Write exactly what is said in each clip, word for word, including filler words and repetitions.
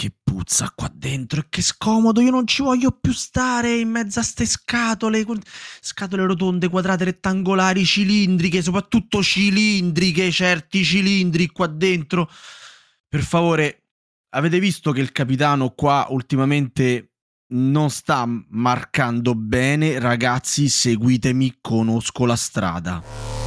che puzza qua dentro e che scomodo, io non ci voglio più stare in mezzo a ste scatole, scatole rotonde, quadrate, rettangolari, cilindriche, soprattutto cilindriche, certi cilindri qua dentro. Per favore, avete visto che il capitano qua ultimamente non sta marcando bene? Ragazzi, seguitemi, conosco la strada.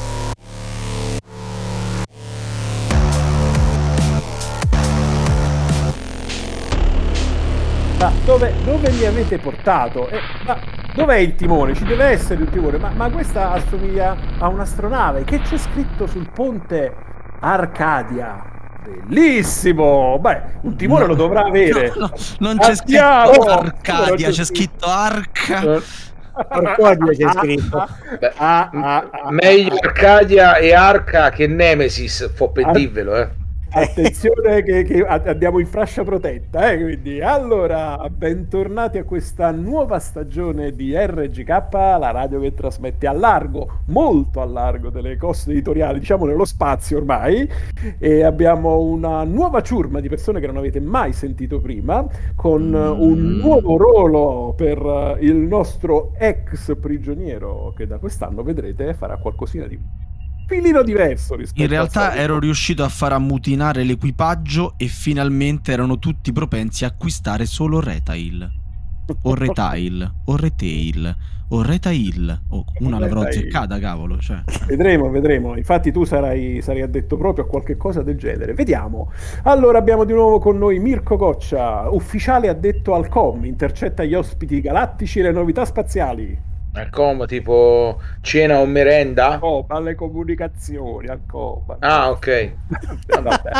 Ma dove, dove mi avete portato? Eh, ma dov'è il timone? Ci deve essere il timone, ma, ma questa assomiglia a un'astronave. Che c'è scritto sul ponte? Arcadia. Bellissimo! Beh, un timone no, lo dovrà avere. No, no, non c'è Andiamo! scritto Arcadia, c'è, c'è scritto Arca. Arcadia c'è scritto. Beh, ah, ah, ah, meglio Arcadia e Arca che Nemesis, fo per dirvelo, eh. Attenzione che, che andiamo in fascia protetta, eh? Quindi allora bentornati a questa nuova stagione di R G K, la radio che trasmette a largo, molto a largo delle coste editoriali, diciamo nello spazio ormai, e abbiamo una nuova ciurma di persone che non avete mai sentito prima, con un nuovo ruolo per il nostro ex prigioniero che da quest'anno vedrete farà qualcosina di filino diverso rispetto in realtà ero riuscito a far ammutinare l'equipaggio e finalmente erano tutti propensi a acquistare solo retail o retail o retail o retail o una l'avrò azzeccata, cavolo, cioè. Vedremo, vedremo. Infatti tu sarai, sarai addetto proprio a qualche cosa del genere. Vediamo. Allora abbiamo di nuovo con noi Mirko Goccia, ufficiale addetto al com, intercetta gli ospiti galattici e le novità spaziali. Al com tipo cena o merenda? Oh, alle comunicazioni, al com. Ah, ok. Vabbè.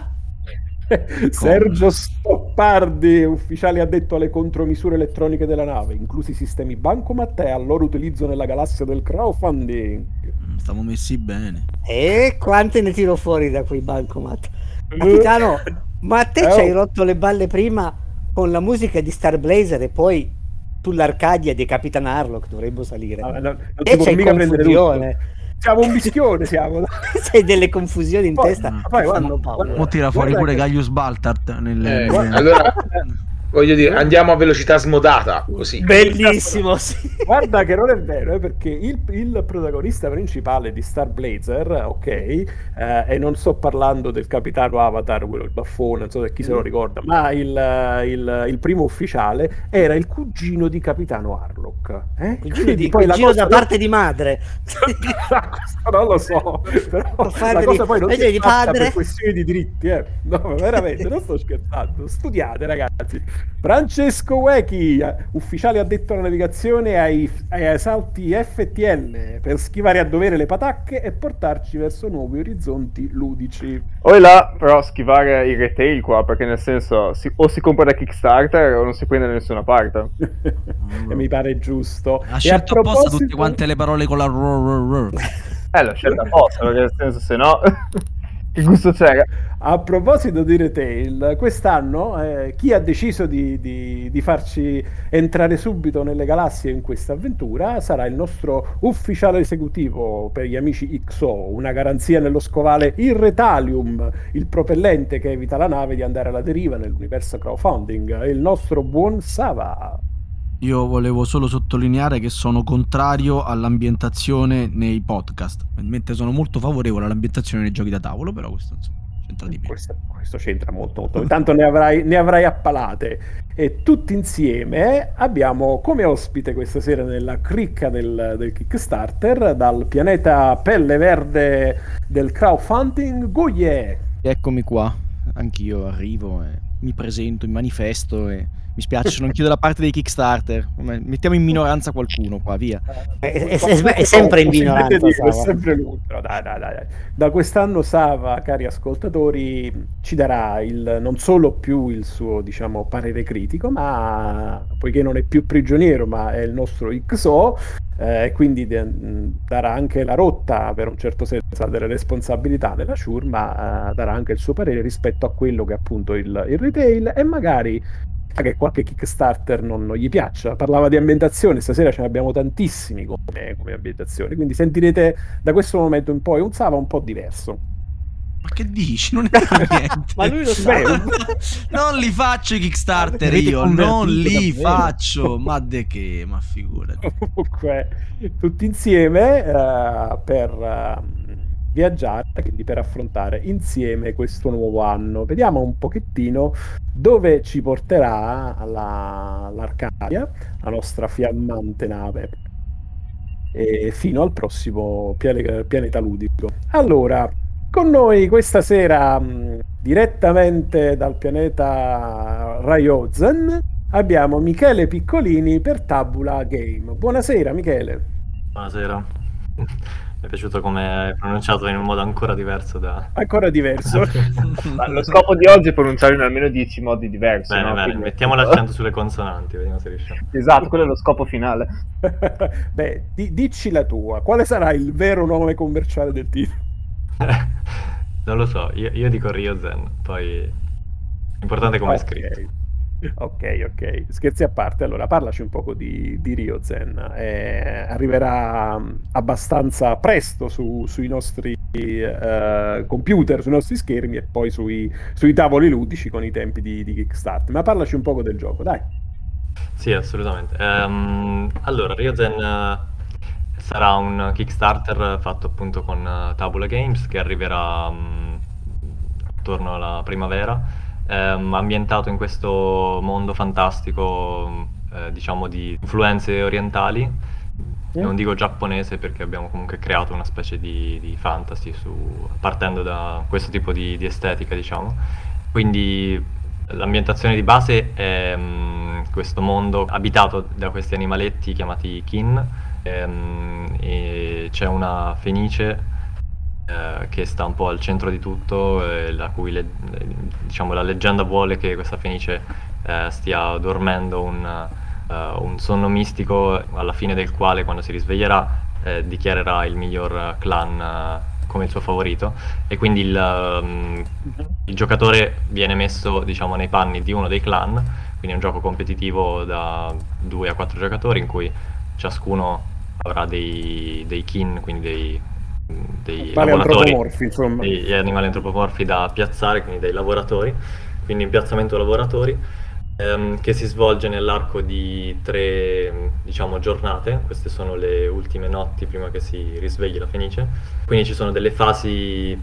Sergio Stoppardi, ufficiale addetto alle contromisure elettroniche della nave, inclusi i sistemi bancomat e al loro utilizzo nella galassia del crowdfunding. Stiamo messi bene. E quante ne tiro fuori da quei bancomat? Capitano, ma a te eh, ci hai rotto le balle prima con la musica di Star Blazer e poi sull'Arcadia di Capitan Harlock dovremmo salire. Ah, no, non e c'è mica confusione. Siamo un mischione, siamo. C'hai delle confusioni in poi, testa. Poi guarda, mo tira fuori pure che... Gaius Baltart nelle, eh, nelle... allora voglio dire, andiamo a velocità smodata così. Bellissimo, sì. Guarda che non è vero, eh, perché il, il protagonista principale di Star Blazer, ok, eh, e non sto parlando del capitano Avatar, quello il baffone, non so se chi se lo ricorda, ma il, il, il primo ufficiale era il cugino di Capitano Harlock. Eh? Cugino, di, poi cugino da parte di madre. Questo non lo so, però la cosa di, poi non si di padre per questioni di diritti, eh. No, veramente, non sto scherzando. Studiate, ragazzi. Francesco Wechi, ufficiale addetto alla navigazione ai, ai salti F T L per schivare a dovere le patacche e portarci verso nuovi orizzonti ludici. O là, però schivare il retail qua, perché nel senso si, o si compra da Kickstarter o non si prende da nessuna parte. E mi pare giusto. Ha scelto apposta proposito... tutte quante le parole con la r. Eh, l'ho scelta apposta, perché nel senso se no... Che gusto c'era? A proposito di retail, quest'anno eh, chi ha deciso di, di, di farci entrare subito nelle galassie in questa avventura sarà il nostro ufficiale esecutivo per gli amici X O, una garanzia nello scovale Irretalium, il propellente che evita la nave di andare alla deriva nell'universo crowdfunding, il nostro buon Sava. Io volevo solo sottolineare che sono contrario all'ambientazione nei podcast, mentre sono molto favorevole all'ambientazione nei giochi da tavolo, però questo insomma c'entra di meno. Questo, questo c'entra molto, molto. Tanto ne avrai, ne avrai appalate. E tutti insieme abbiamo come ospite questa sera nella cricca del, del Kickstarter, dal pianeta pelle verde del crowdfunding, Goye. Eccomi qua, anch'io arrivo e mi presento, mi manifesto e... Mi spiace, sono anch'io dalla parte dei Kickstarter. Mettiamo in minoranza qualcuno qua, via. È, è, è, è sempre in minoranza. Dire, è sempre lui. No, dai, dai, dai. Da quest'anno Sava, cari ascoltatori, ci darà il, non solo più il suo, diciamo, parere critico, ma poiché non è più prigioniero, ma è il nostro X O, eh, quindi de, darà anche la rotta, per un certo senso, ha delle responsabilità nella ciurma, eh, darà anche il suo parere rispetto a quello che è appunto il, il retail e magari che qualche Kickstarter non, non gli piaccia. Parlava di ambientazione, stasera ce ne abbiamo tantissimi come, come ambientazioni, quindi sentirete da questo momento in poi un Sava un po' diverso. Ma che dici? Non è vero niente. Ma lui lo sa. Non li faccio i Kickstarter Avete io, non li convertito faccio. Ma de che? Ma figurati. Comunque, tutti insieme eh, per eh, viaggiare, quindi per affrontare insieme questo nuovo anno. Vediamo un pochettino dove ci porterà la, l'Arcadia, la nostra fiammante nave, e fino al prossimo piane- pianeta ludico. Allora, con noi questa sera, mh, direttamente dal pianeta Rayozen, abbiamo Michele Piccolini per Tabula Game. Buonasera Michele. Buonasera. Mi è piaciuto come hai pronunciato in un modo ancora diverso da... Ancora diverso. Ma lo scopo di oggi è pronunciare in almeno dieci modi diversi. Bene, no? bene, Quindi- mettiamo l'accento sulle consonanti, vediamo se riusciamo. Esatto, quello è lo scopo finale. Beh, di- dici la tua. Quale sarà il vero nome commerciale del titolo? Non lo so, io, io dico Ryozen, poi l'importante è come è Ok. scritto. Ok, ok. Scherzi a parte, allora parlaci un poco di, di Ryozen. Eh, arriverà mh, abbastanza presto su- sui nostri eh, computer, sui nostri schermi e poi sui, sui tavoli ludici con i tempi di, di Kickstarter. Ma parlaci un poco del gioco, dai. Sì, assolutamente. Ehm, allora, Ryozen eh, sarà un Kickstarter fatto appunto con eh, Tabula Games che arriverà mm, attorno alla primavera, ehm, ambientato in questo mondo fantastico, eh, diciamo di influenze orientali. Non dico giapponese perché abbiamo comunque creato una specie di, di fantasy su- partendo da questo tipo di, di estetica, diciamo. Quindi l'ambientazione di base è mm, questo mondo abitato da questi animaletti chiamati kin, ehm, e c'è una fenice eh, che sta un po' al centro di tutto, eh, la cui le- diciamo, la leggenda vuole che questa fenice eh, stia dormendo un, eh, un sonno mistico alla fine del quale, quando si risveglierà, eh, dichiarerà il miglior clan eh, come il suo favorito, e quindi il, um, il giocatore viene messo, diciamo, nei panni di uno dei clan, quindi è un gioco competitivo da due a quattro giocatori in cui ciascuno avrà dei, dei kin, quindi dei, dei Animali lavoratori, antropomorfi, insomma. degli animali antropomorfi da piazzare, quindi dei lavoratori, quindi impiazzamento lavoratori, ehm, che si svolge nell'arco di tre, diciamo, giornate. Queste sono le ultime notti prima che si risvegli la fenice, quindi ci sono delle fasi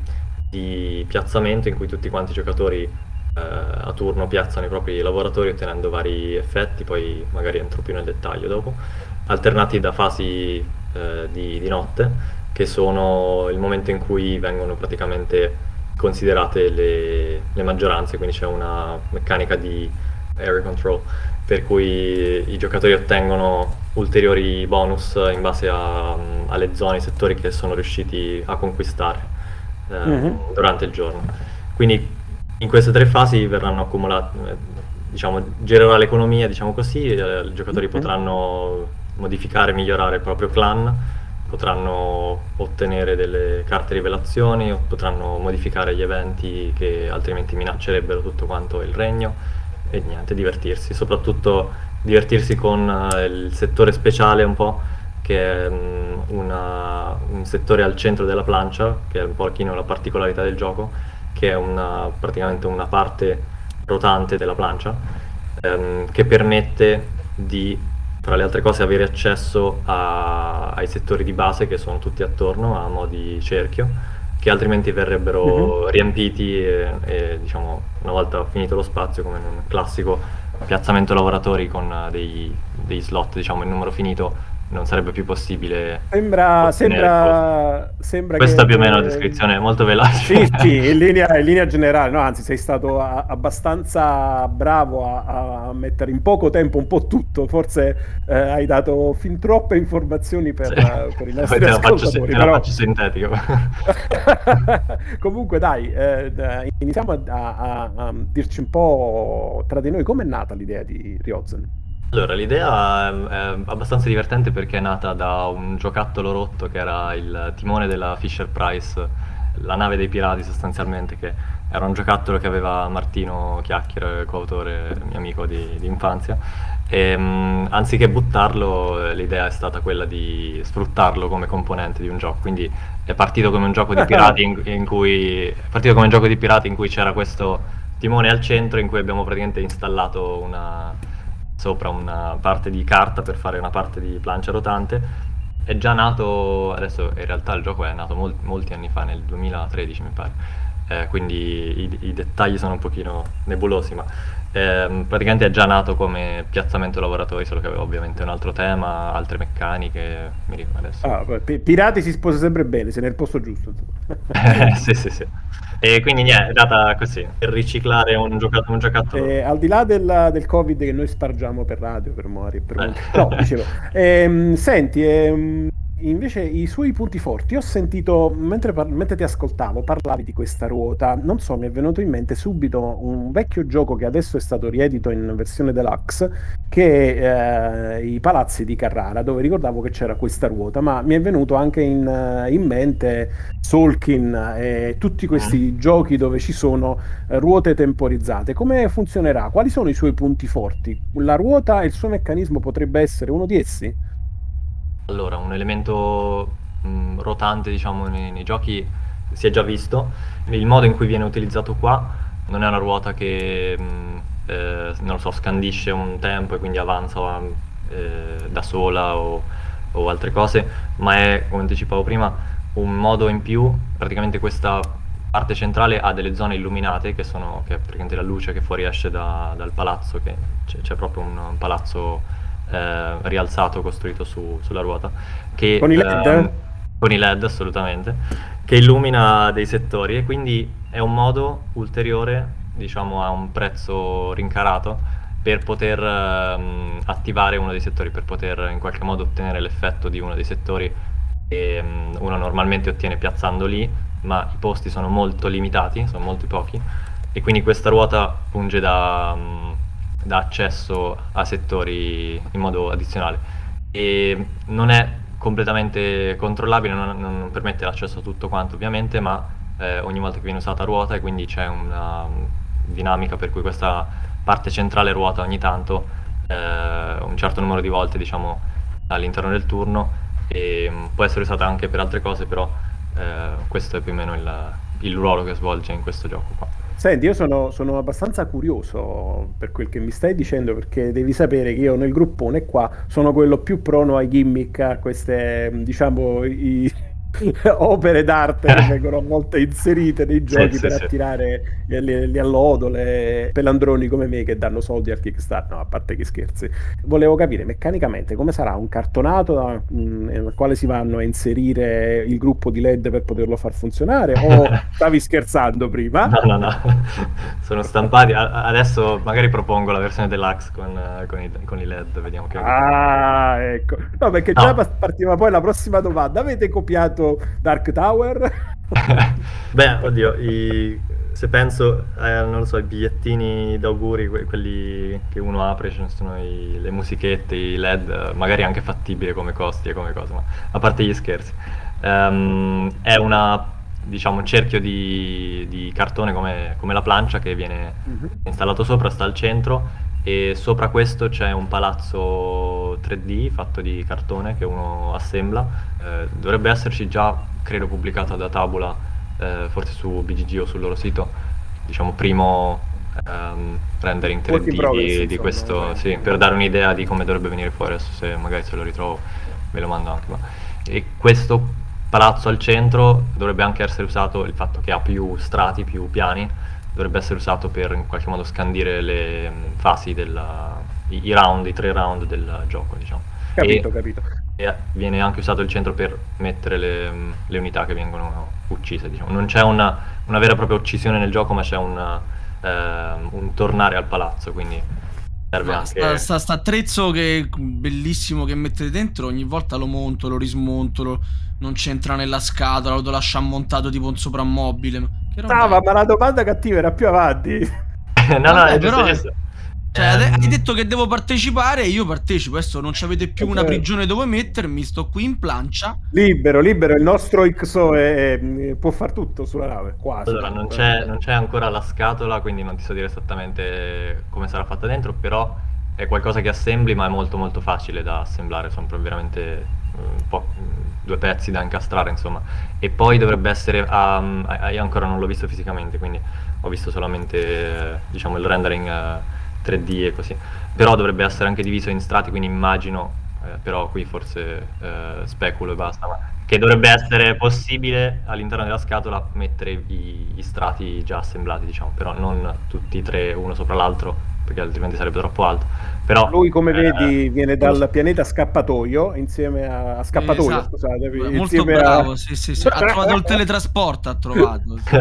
di piazzamento in cui tutti quanti i giocatori eh, a turno piazzano i propri lavoratori ottenendo vari effetti, poi magari entro più nel dettaglio dopo, alternati da fasi eh, di, di notte, che sono il momento in cui vengono praticamente considerate le, le maggioranze, quindi c'è una meccanica di area control per cui i giocatori ottengono ulteriori bonus in base a, alle zone, ai settori che sono riusciti a conquistare eh, Mhm. durante il giorno. Quindi in queste tre fasi verranno accumulati, eh, diciamo, girerà l'economia, diciamo così, eh, i giocatori Ok. potranno modificare e migliorare il proprio clan, potranno ottenere delle carte rivelazioni, o potranno modificare gli eventi che altrimenti minaccerebbero tutto quanto il regno, e niente, divertirsi, soprattutto divertirsi con eh, il settore speciale un po', che è mm, una- un settore al centro della plancia, che è un pochino la particolarità del gioco, che è una, praticamente una parte rotante della plancia, ehm, che permette di, tra le altre cose, avere accesso a- ai settori di base che sono tutti attorno a mo' di cerchio, che altrimenti verrebbero riempiti e, e, diciamo, una volta finito lo spazio, come in un classico piazzamento lavoratori con eh, dei, dei slot, diciamo, in numero finito, non sarebbe più possibile Sembra, ottenere sembra, sembra questa che- più o meno la descrizione molto veloce. Sì, sì, in linea, in linea generale, no, anzi sei stato a- abbastanza bravo a, a mettere in poco tempo un po' tutto, forse eh, hai dato fin troppe informazioni per, Sì. eh, per i Poi nostri te la faccio, se- ascoltatori, te la però... faccio sintetico. Comunque dai, eh, d- iniziamo a, a- a dirci un po' tra di noi com'è nata l'idea di Ryozen. Allora, l'idea è, è abbastanza divertente perché è nata da un giocattolo rotto che era il timone della Fisher Price la nave dei pirati sostanzialmente, che era un giocattolo che aveva Martino Chiacchiere, coautore, mio amico di, di infanzia, e um, anziché buttarlo l'idea è stata quella di sfruttarlo come componente di un gioco, quindi è partito come un gioco di pirati in, in cui è partito come un gioco di pirati in cui c'era questo timone al centro in cui abbiamo praticamente installato una sopra una parte di carta per fare una parte di plancia rotante. È già nato, adesso in realtà il gioco è nato mol, molti anni fa, nel duemilatredici mi pare, eh, quindi i, i dettagli sono un pochino nebulosi, ma eh, praticamente è già nato come piazzamento lavoratori, solo che aveva ovviamente un altro tema, altre meccaniche, mi ricordo adesso. Ah, pi- pirati si sposa sempre bene, sei nel posto giusto. sì, sì, sì. E quindi niente, è data così, per riciclare un, giocato, un giocattolo. Eh, al di là del, del Covid che noi spargiamo per radio, per Mori, per molti... No, dicevo, ehm, senti, ehm, invece i suoi punti forti, ho sentito, mentre, par- mentre ti ascoltavo, parlavi di questa ruota, non so, mi è venuto in mente subito un vecchio gioco che adesso è stato riedito in versione deluxe, che è eh, i Palazzi di Carrara, dove ricordavo che c'era questa ruota, ma mi è venuto anche in, in mente Solkin e tutti questi mm. giochi dove ci sono eh, ruote temporizzate. Come funzionerà? Quali sono i suoi punti forti? La ruota e il suo meccanismo potrebbe essere uno di essi? Allora, un elemento mh, rotante, diciamo, nei, nei giochi si è già visto. Il modo in cui viene utilizzato qua non è una ruota che, mh, eh, non lo so, scandisce un tempo e quindi avanza eh, da sola o, o altre cose, ma è, come anticipavo prima, un modo in più. Praticamente questa parte centrale ha delle zone illuminate, che sono che è praticamente la luce che fuoriesce da, dal palazzo, che c'è, c'è proprio un, un palazzo Eh, rialzato, costruito su, sulla ruota, che, con i L E D? Ehm, con i L E D assolutamente, che illumina dei settori, e quindi è un modo ulteriore, diciamo a un prezzo rincarato, per poter ehm, attivare uno dei settori, per poter in qualche modo ottenere l'effetto di uno dei settori che ehm, uno normalmente ottiene piazzando lì, ma i posti sono molto limitati, sono molto pochi, e quindi questa ruota funge da da accesso a settori in modo addizionale, e non è completamente controllabile, non, non permette l'accesso a tutto quanto ovviamente, ma eh, ogni volta che viene usata ruota, e quindi c'è una dinamica per cui questa parte centrale ruota ogni tanto eh, un certo numero di volte, diciamo, all'interno del turno, e può essere usata anche per altre cose, però eh, questo è più o meno il, il ruolo che svolge in questo gioco qua. Senti, io sono, sono abbastanza curioso per quel che mi stai dicendo, perché devi sapere che io nel gruppone qua sono quello più prono ai gimmick, a queste, diciamo, i, opere d'arte che vengono a volte inserite nei giochi, sì, per sì, attirare sì. Gli, gli allodole, pelandroni come me che danno soldi al Kickstarter. No, a parte gli scherzi. Volevo capire meccanicamente come sarà un cartonato nel quale si vanno a inserire il gruppo di L E D per poterlo far funzionare, o stavi scherzando prima? No, no, no. Sono stampati. Adesso magari propongo la versione deluxe con, con, i, con i L E D, vediamo che... Ah, ecco. No, perché già no. Partiva poi la prossima domanda. Avete copiato Dark Tower? Beh, oddio, i, se penso, eh, non lo so, i bigliettini d'auguri, que- quelli che uno apre, ce ne sono i, le musichette, i L E D, magari anche fattibile come costi e come cosa, ma a parte gli scherzi. Um, è una, diciamo, un cerchio di, di cartone come, come la plancia che viene uh-huh. installato sopra, sta al centro, e sopra questo c'è un palazzo tre D fatto di cartone che uno assembla. Eh, dovrebbe esserci già, credo, pubblicata da Tabula, eh, forse su B G G o sul loro sito, diciamo primo ehm, rendering tre D progress, di, di questo, insomma, sì, per dare un'idea di come dovrebbe venire fuori. Adesso se magari se lo ritrovo ve lo mando anche. Ma... E questo palazzo al centro dovrebbe anche essere usato, il fatto che ha più strati, più piani, dovrebbe essere usato per in qualche modo scandire le um, fasi della, i, i round, i tre round del gioco, diciamo. Capito, e, capito. E viene anche usato il centro per mettere le, um, le unità che vengono uccise, diciamo. Non c'è una, una vera e propria uccisione nel gioco, ma c'è una, uh, un tornare al palazzo, quindi serve Ma anche... sta, sta, sta attrezzo che è bellissimo che mettete dentro, ogni volta lo monto, lo rismonto, lo, non c'entra nella scatola, lo lascio ammontato tipo un soprammobile. Ah, ma la domanda cattiva era più avanti. no, no, Vabbè, è però giusto, è, Cioè, ade- Ehm. hai detto che devo partecipare e io partecipo. Adesso non c'avete più una Certo. prigione dove mettermi, sto qui in plancia. Libero, libero, il nostro X O è- è- può far tutto sulla nave, quasi. Allora, non c'è, non c'è ancora la scatola, quindi non ti so dire esattamente come sarà fatta dentro, però è qualcosa che assembli, ma è molto molto facile da assemblare, sono proprio veramente eh, un po', due pezzi da incastrare, insomma. E poi dovrebbe essere, um, io ancora non l'ho visto fisicamente, quindi ho visto solamente eh, diciamo il rendering eh, tre D e così, però dovrebbe essere anche diviso in strati, quindi immagino, eh, però qui forse eh, speculo e basta, ma che dovrebbe essere possibile all'interno della scatola mettere i, gli strati già assemblati, diciamo, però non tutti e tre uno sopra l'altro, perché altrimenti sarebbe troppo alto. Però, Lui, come eh, vedi, viene non lo dal so. pianeta Scappatoio, insieme a, a Scappatoio, Esatto. scusate. Molto insieme bravo, a... sì, sì, sì. Ha trovato il teletrasporto, ha trovato. Sì.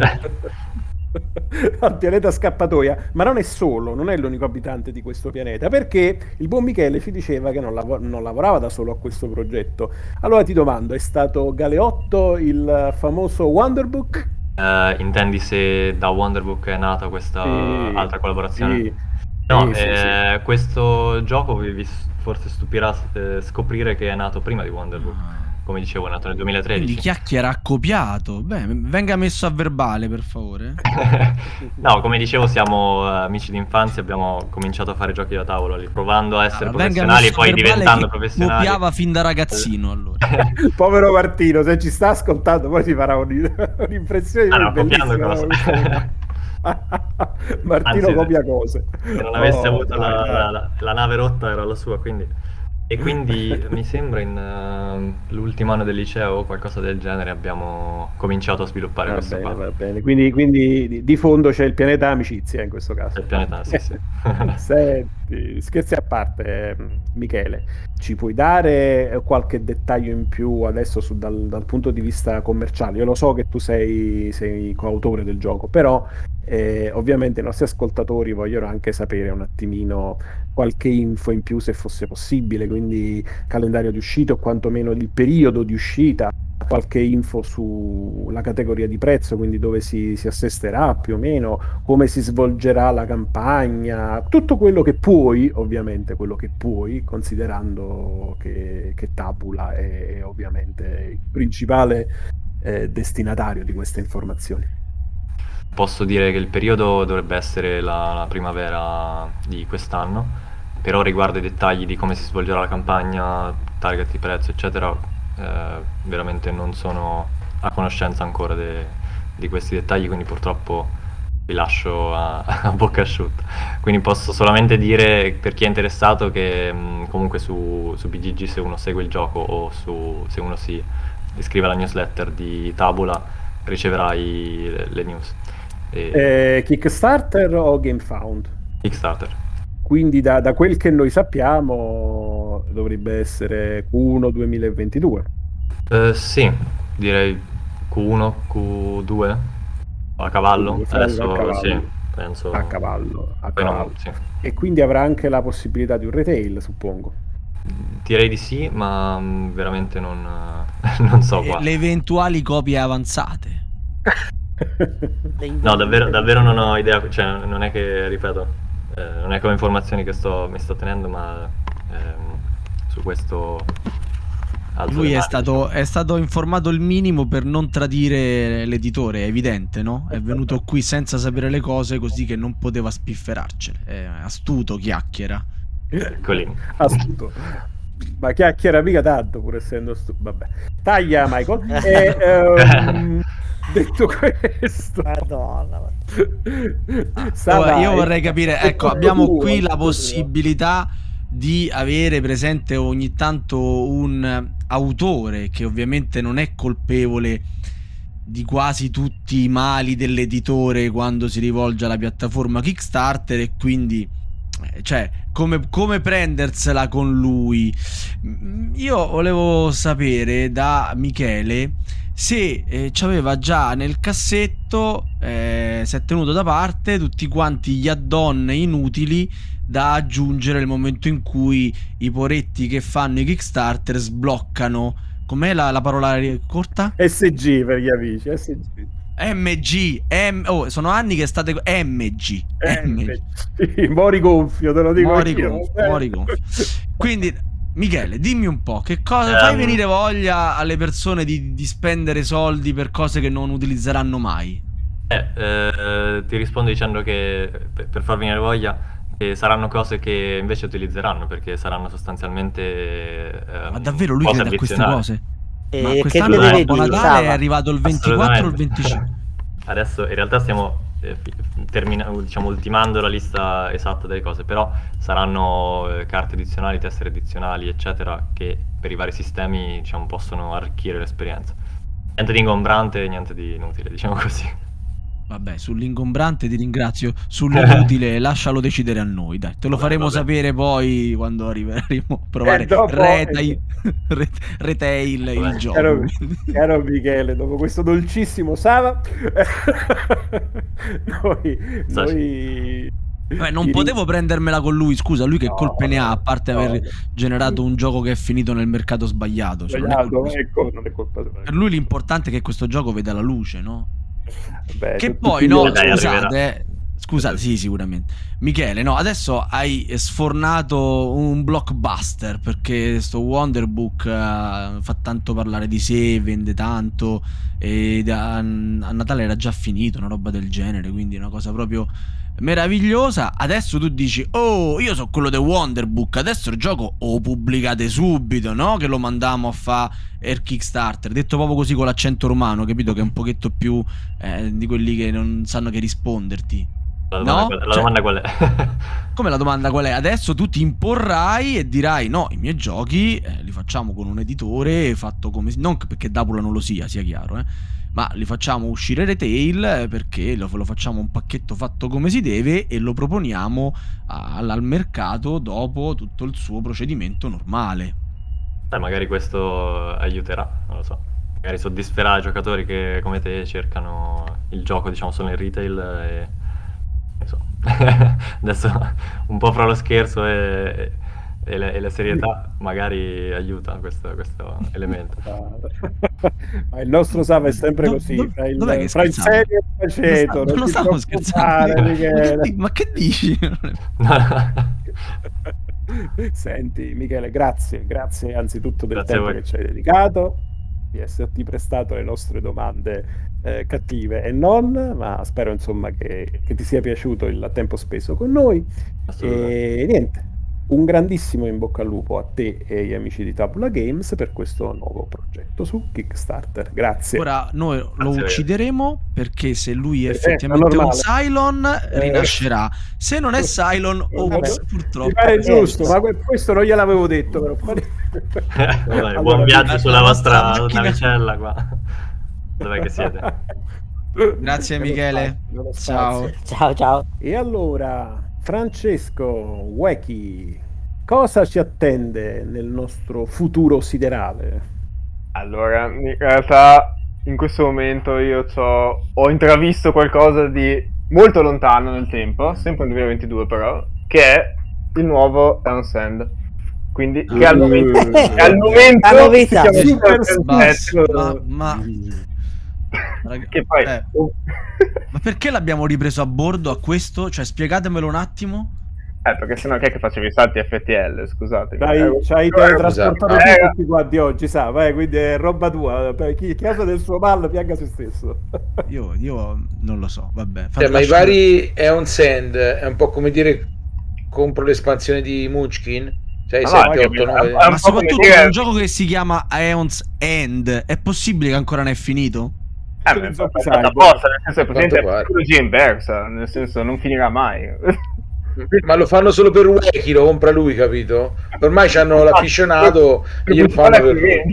al pianeta Scappatoia, ma non è solo, non è l'unico abitante di questo pianeta, perché il buon Michele ci diceva che non, lav- non lavorava da solo a questo progetto. Allora ti domando, è stato Galeotto il famoso Wonderbook? Eh, intendi se da Wonderbook è nata questa Sì, altra collaborazione? sì, No, sì, sì, eh, questo gioco vi, vi s- forse stupirà eh, scoprire che è nato prima di Wonderbook. Come dicevo, è nato nel Quindi duemilatredici. chiacchiera ha copiato. Beh, venga messo a verbale, per favore. No, come dicevo, siamo eh, amici d'infanzia, abbiamo cominciato a fare giochi da tavolo lì, provando a essere Ah, venga professionali e messo a poi verbale diventando che professionali. copiava fin da ragazzino, allora. Povero Martino, se ci sta ascoltando poi ti farà un- un'impressione Ah, no, copiando bellissima. Martino Anzi, copia cose. Se non avesse Oh, avuto dai, la, dai. la- la- la nave rotta era la sua, quindi... E quindi mi sembra in eh, l'ultimo anno del liceo o qualcosa del genere abbiamo cominciato a sviluppare Va questo bene, qua. va bene. Quindi, quindi di- di fondo c'è il pianeta amicizia in questo caso. Il pianeta, sì, sì. Senti, scherzi a parte, Michele, ci puoi dare qualche dettaglio in più adesso su- dal, dal punto di vista commerciale? Io lo so che tu sei, sei coautore del gioco, però eh, ovviamente i nostri ascoltatori vogliono anche sapere un attimino qualche info in più se fosse possibile, quindi calendario di uscita o quantomeno il periodo di uscita, qualche info sulla categoria di prezzo, quindi dove si, si assesterà più o meno, come si svolgerà la campagna, tutto quello che puoi, ovviamente quello che puoi, considerando che, che Tabula è, è ovviamente il principale eh, destinatario di queste informazioni. Posso dire che il periodo dovrebbe essere la, la primavera di quest'anno, però riguardo ai dettagli di come si svolgerà la campagna, target di prezzo, eccetera, eh, veramente non sono a conoscenza ancora de- di questi dettagli, quindi purtroppo vi lascio a, a bocca asciutta. Quindi posso solamente dire, per chi è interessato, che mh, comunque su, su B G G, se uno segue il gioco o su, se uno si iscrive alla newsletter di Tabula, riceverà i- le, le news. E Eh, Kickstarter o GameFound? Kickstarter. Quindi da, da quel che noi sappiamo dovrebbe essere Q uno duemilaventidue. Eh, sì, direi Q uno, Q due a cavallo. Quindi, franco Adesso a cavallo. sì, penso. A cavallo, a Poi non- cavallo. sì. E quindi avrà anche la possibilità di un retail, suppongo. Direi di sì, ma mh, veramente non, non so E qua. le eventuali copie avanzate. No, davvero, davvero non ho idea, cioè non è che, ripeto, eh, non è come informazioni che sto, mi sto tenendo, ma ehm, su questo alzo Lui le è mani, stato, è stato informato il minimo per non tradire l'editore, è evidente, no? È venuto qui senza sapere le cose, così che non poteva spifferarcele. È astuto, chiacchiera. diciamo. Eccolì. Astuto. Ma chiacchiera mica tanto, pur essendo stu... Vabbè. Taglia, Michael. E, ehm, detto questo... Madonna. Sava, Io vorrei capire, ecco, abbiamo tu, qui la tu. possibilità di avere presente ogni tanto un autore che ovviamente non è colpevole di quasi tutti i mali dell'editore quando si rivolge alla piattaforma Kickstarter, e quindi eh, cioè come, come prendersela con lui. Mm, io volevo sapere da Michele se eh, c'aveva già nel cassetto, eh, si è tenuto da parte tutti quanti gli add-on inutili da aggiungere nel momento in cui i poretti che fanno i Kickstarter sbloccano. Com'è la, la parola corta? S G per gli amici. S G. M G, M... Oh, sono anni che state... M G. M G. Sì, mori gonfio, te lo dico Mori io. gonfio, mori gonfio. Quindi, Michele, dimmi un po', che cosa Um, fai venire voglia alle persone di, di spendere soldi per cose che non utilizzeranno mai? Eh, eh, ti rispondo dicendo che per, per far venire voglia che saranno cose che invece utilizzeranno, perché saranno sostanzialmente ehm, Ma davvero lui cose crede a queste addizionali. cose? E Ma che quest'anno te il devi Babbo dire, Natale è Sava? arrivato il ventiquattro o il Assolutamente. venticinque? Adesso in realtà stiamo eh, fi- termina- diciamo, ultimando la lista esatta delle cose, però saranno eh, carte addizionali, tessere addizionali, eccetera, che per i vari sistemi diciamo, possono arricchire l'esperienza. Niente di ingombrante, niente di inutile, diciamo così. Vabbè, sull'ingombrante ti ringrazio, sull'inutile lascialo decidere a noi, dai, te lo Vabbè, faremo vabbè. sapere poi quando arriveremo a provare E dopo- retail, re- retail il Vabbè. gioco. Caro, quindi. caro Michele, dopo questo dolcissimo Sava, noi, noi Beh, non ti potevo prendermela con lui, scusa, lui che No, colpe ne ha, a parte no, aver no. generato un gioco che è finito nel mercato sbagliato. Cioè, non è sbagliato, colpa sua. ecco, non è colpa tua. Per lui l'importante è che questo gioco veda la luce, no? Beh, Che tutti poi, gli no, altri- Dai, scusate, arriverà. eh, scusate, sì, sicuramente. Michele, no, adesso hai sfornato un blockbuster perché sto Wonderbook eh, fa tanto parlare di sé, vende tanto e da- a Natale era già finito, una roba del genere, quindi è una cosa proprio meravigliosa. Adesso tu dici, oh, io so quello del Wonderbook, adesso il gioco o pubblicate subito, no? Che lo mandiamo a fa il Kickstarter, detto proprio così con l'accento romano, capito? Che è un pochetto più eh, di quelli che non sanno che risponderti. La domanda, No? qual- la Cioè- domanda qual è? Come la domanda qual è? Adesso tu ti imporrai e dirai no, i miei giochi eh, li facciamo con un editore fatto come... Non che- perché Dapula non lo sia, sia chiaro, eh, ma li facciamo uscire retail eh, perché lo, lo facciamo un pacchetto fatto come si deve e lo proponiamo a- al, al mercato dopo tutto il suo procedimento normale. Dai, magari questo aiuterà, non lo so. Magari soddisferà i giocatori che come te cercano il gioco, diciamo, solo in retail e... non so. Adesso un po' fra lo scherzo e, e, la, e la serietà magari aiuta questo, questo elemento. Ma il nostro Sava è sempre Do- così, do- fra il, dov'è che fra il scherzavo? serio e il faceto. Non sta- non ti stavo preoccupare, scherzando. Ma Michele. che, di- ma che dici? Senti, Michele, grazie, grazie anzitutto del Grazie a tempo voi. che ci hai dedicato, di esserti prestato alle nostre domande eh, cattive e non, ma spero insomma che, che ti sia piaciuto il tempo speso con noi. Assolutamente. E niente, un grandissimo in bocca al lupo a te e agli amici di Tabula Games per questo nuovo progetto su Kickstarter. Grazie. Ora noi lo Grazie. uccideremo perché se lui è Eh, effettivamente un normale. Cylon Eh. rinascerà. Se non è Cylon, Vabbè, ops, mi purtroppo. pare Eh, giusto, eh, ma que- questo non gliel'avevo detto però. Dai, Allora, buon viaggio la- sulla la vostra nostra macchina- navicella qua. Dov'è che siete? Grazie, Nello Michele. spazio, nello Ciao. spazio. Ciao ciao. E allora, Francesco Wacky, cosa ci attende nel nostro futuro siderale? Allora, in realtà in questo momento io c'ho- ho intravisto qualcosa di molto lontano nel tempo, sempre nel duemilaventidue però, che è il nuovo Eon Sand. Quindi che al momento, Uh. che al momento La novità. si chiama Super Super Basta, Set. ma, ma- raga- Che poi eh, ma perché l'abbiamo ripreso a bordo a questo? Cioè, spiegatemelo un attimo. eh, perché sennò che è che facevi i salti F T L, scusate. Dai, ci hai Eh, teletrasportato scusa. tu tutti quanti oggi, sa, vai, quindi è roba tua. Per chi chiasa del suo mal pianga se stesso. Io, io non lo so, vabbè. Cioè, ma i lascio- vari Eon Sand è un po' come dire compro l'espansione di Munchkin, cioè Ah, sette, no, otto, capito. nove. È un Ma po' soprattutto come dire- per un gioco che si chiama Aeon's End, è possibile che ancora non è finito? Eh, ma è Utilizzo fatto Cyber. apposta, nel senso è presente Quanto è pare. psicologia inversa, nel senso non finirà mai. Ma lo fanno solo per Wacky, lo compra lui, capito? Ormai c'hanno l'afficionato e glielo fanno per lui.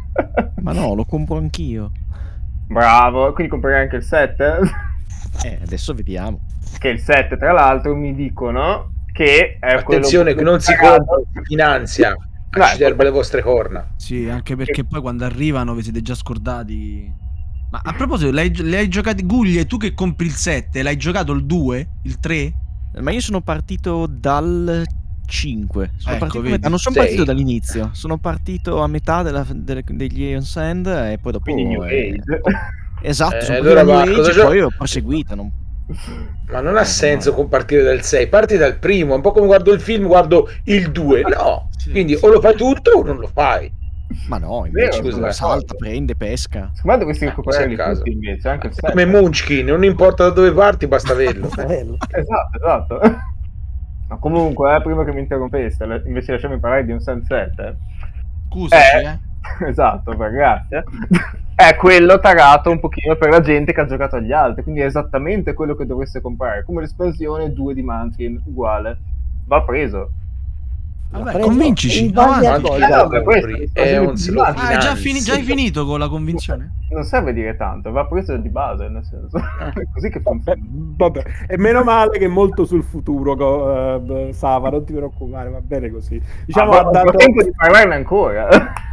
Ma no, lo compro anch'io. Bravo, quindi comprerai anche il sette? Eh, adesso vediamo. Che il sette, tra l'altro, mi dicono che è Attenzione, che quello non si compra, si finanzia. No, Acciderba le vostre corna. Sì, anche perché poi quando arrivano vi siete già scordati. Ma a proposito, l'hai, le hai giocati Guglie, tu che compri il sette, l'hai giocato il due? Il tre? Ma io sono partito dal cinque. Sono Ecco, partito a vedi. metà. Non sono Sei. partito dall'inizio. Sono partito a metà della- delle- degli Aeon Sand e poi dopo. quindi New eh, Age. Esatto, Eh, sono allora partito da va, New cosa Age e c'ho? poi ho proseguito. Non... Ma non ha Eh, senso no. con partire dal sei, parti dal primo, è un po' come guardo il film, guardo il due, no, Sì, quindi sì. o lo fai tutto o non lo fai. Ma no, Vero, invece scusa, uno salta, d'accordo. prende, pesca. Secondo me dovresti Eh, così a recuperarli caso. tutti invece, anche il È come sette. Munchkin, non importa da dove parti, basta averlo. Basta averlo. Esatto, esatto. Ma comunque, eh, prima che mi interrompeste, le- invece lasciami parlare di un Sunset. Eh. Scusaci, Eh, eh. esatto, beh, grazie. È quello tarato un pochino per la gente che ha giocato agli altri, quindi è esattamente quello che dovreste comprare, come l'espansione due di Munchkin, uguale. Va preso. Vabbè, preso convincici. in base a avanti. cosa? Ma Eh, vabbè, questo compri, è è un di se lo Munchkin. Ah, già, fini- finanzi. già hai finito con la convinzione? Non serve dire tanto, va preso di base, nel senso. È così che Vabbè, funziona. vabbè. E meno male che è molto sul futuro, go- eh, Sava, non ti preoccupare, va bene così. Diciamo, Ah, ha ma ho dato... tempo di parlarne ancora.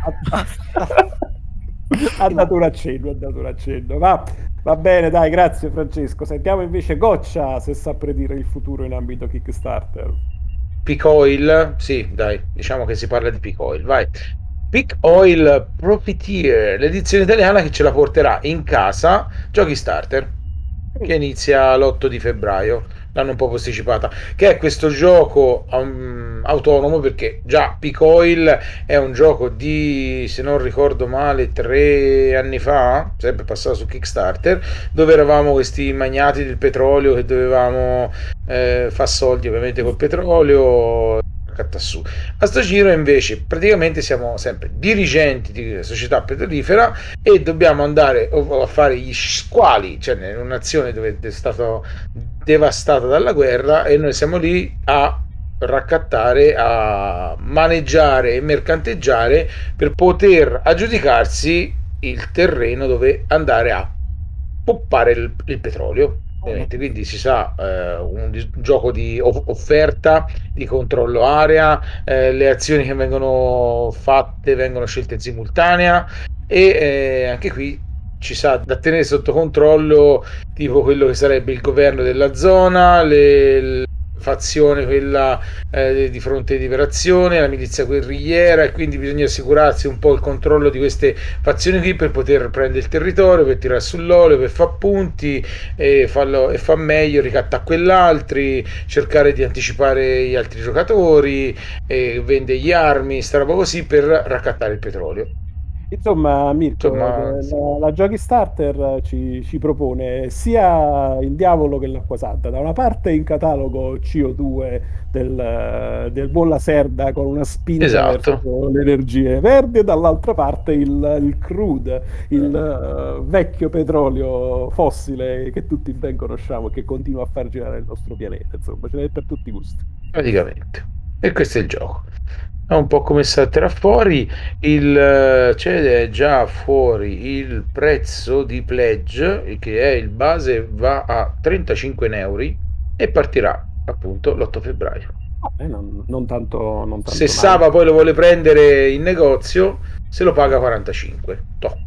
ha dato un accenno, ha dato un accenno. Va, va bene, dai, grazie Francesco. Sentiamo invece Goccia se sa predire il futuro in ambito Kickstarter. Peak Oil, sì, dai, diciamo che si parla di Peak Oil, vai. Peak Oil Profiteer, l'edizione italiana che ce la porterà in casa, Giochi Starter, che inizia l'otto di febbraio, l'hanno un po' posticipata, che è questo gioco um, autonomo, perché già Peak Oil è un gioco di, se non ricordo male, tre anni fa, sempre passato su Kickstarter, dove eravamo questi magnati del petrolio che dovevamo eh, fare soldi ovviamente col petrolio, su. A sto giro invece praticamente siamo sempre dirigenti di società petrolifera e dobbiamo andare a fare gli squali, cioè in un'azione dove è stata devastata dalla guerra, e noi siamo lì a raccattare, a maneggiare e mercanteggiare per poter aggiudicarsi il terreno dove andare a poppare il, il petrolio. Quindi si sa, eh, un, un gioco di offerta, di controllo area, eh, le azioni che vengono fatte vengono scelte in simultanea, e eh, anche qui ci sa da tenere sotto controllo, tipo quello che sarebbe il governo della zona, le, fazione quella eh, di fronte di liberazione, la milizia guerrigliera, e quindi bisogna assicurarsi un po' il controllo di queste fazioni qui per poter prendere il territorio, per tirare sull'olio, per far punti e farlo e far meglio, ricattare quell'altri, cercare di anticipare gli altri giocatori e vendere gli armi, sta roba così, per raccattare il petrolio. Insomma, Mirko, Insomma, la, la Giochi Starter ci, ci propone sia il diavolo che l'acqua santa. Da una parte in catalogo C O due del, del buon Laserda con una spinta esatto, verso le energie verdi, e dall'altra parte il, il crude, il uh, vecchio petrolio fossile che tutti ben conosciamo e che continua a far girare il nostro pianeta. Insomma, ce n'è per tutti i gusti. praticamente. E questo è il gioco. È un po' come salterà fuori il c'è già fuori il prezzo di pledge, che è il base, va a trentacinque euro e partirà appunto l'otto febbraio. Eh, non, non tanto, non tanto se male. Sava poi lo vuole prendere in negozio, se lo paga quarantacinque. Toh.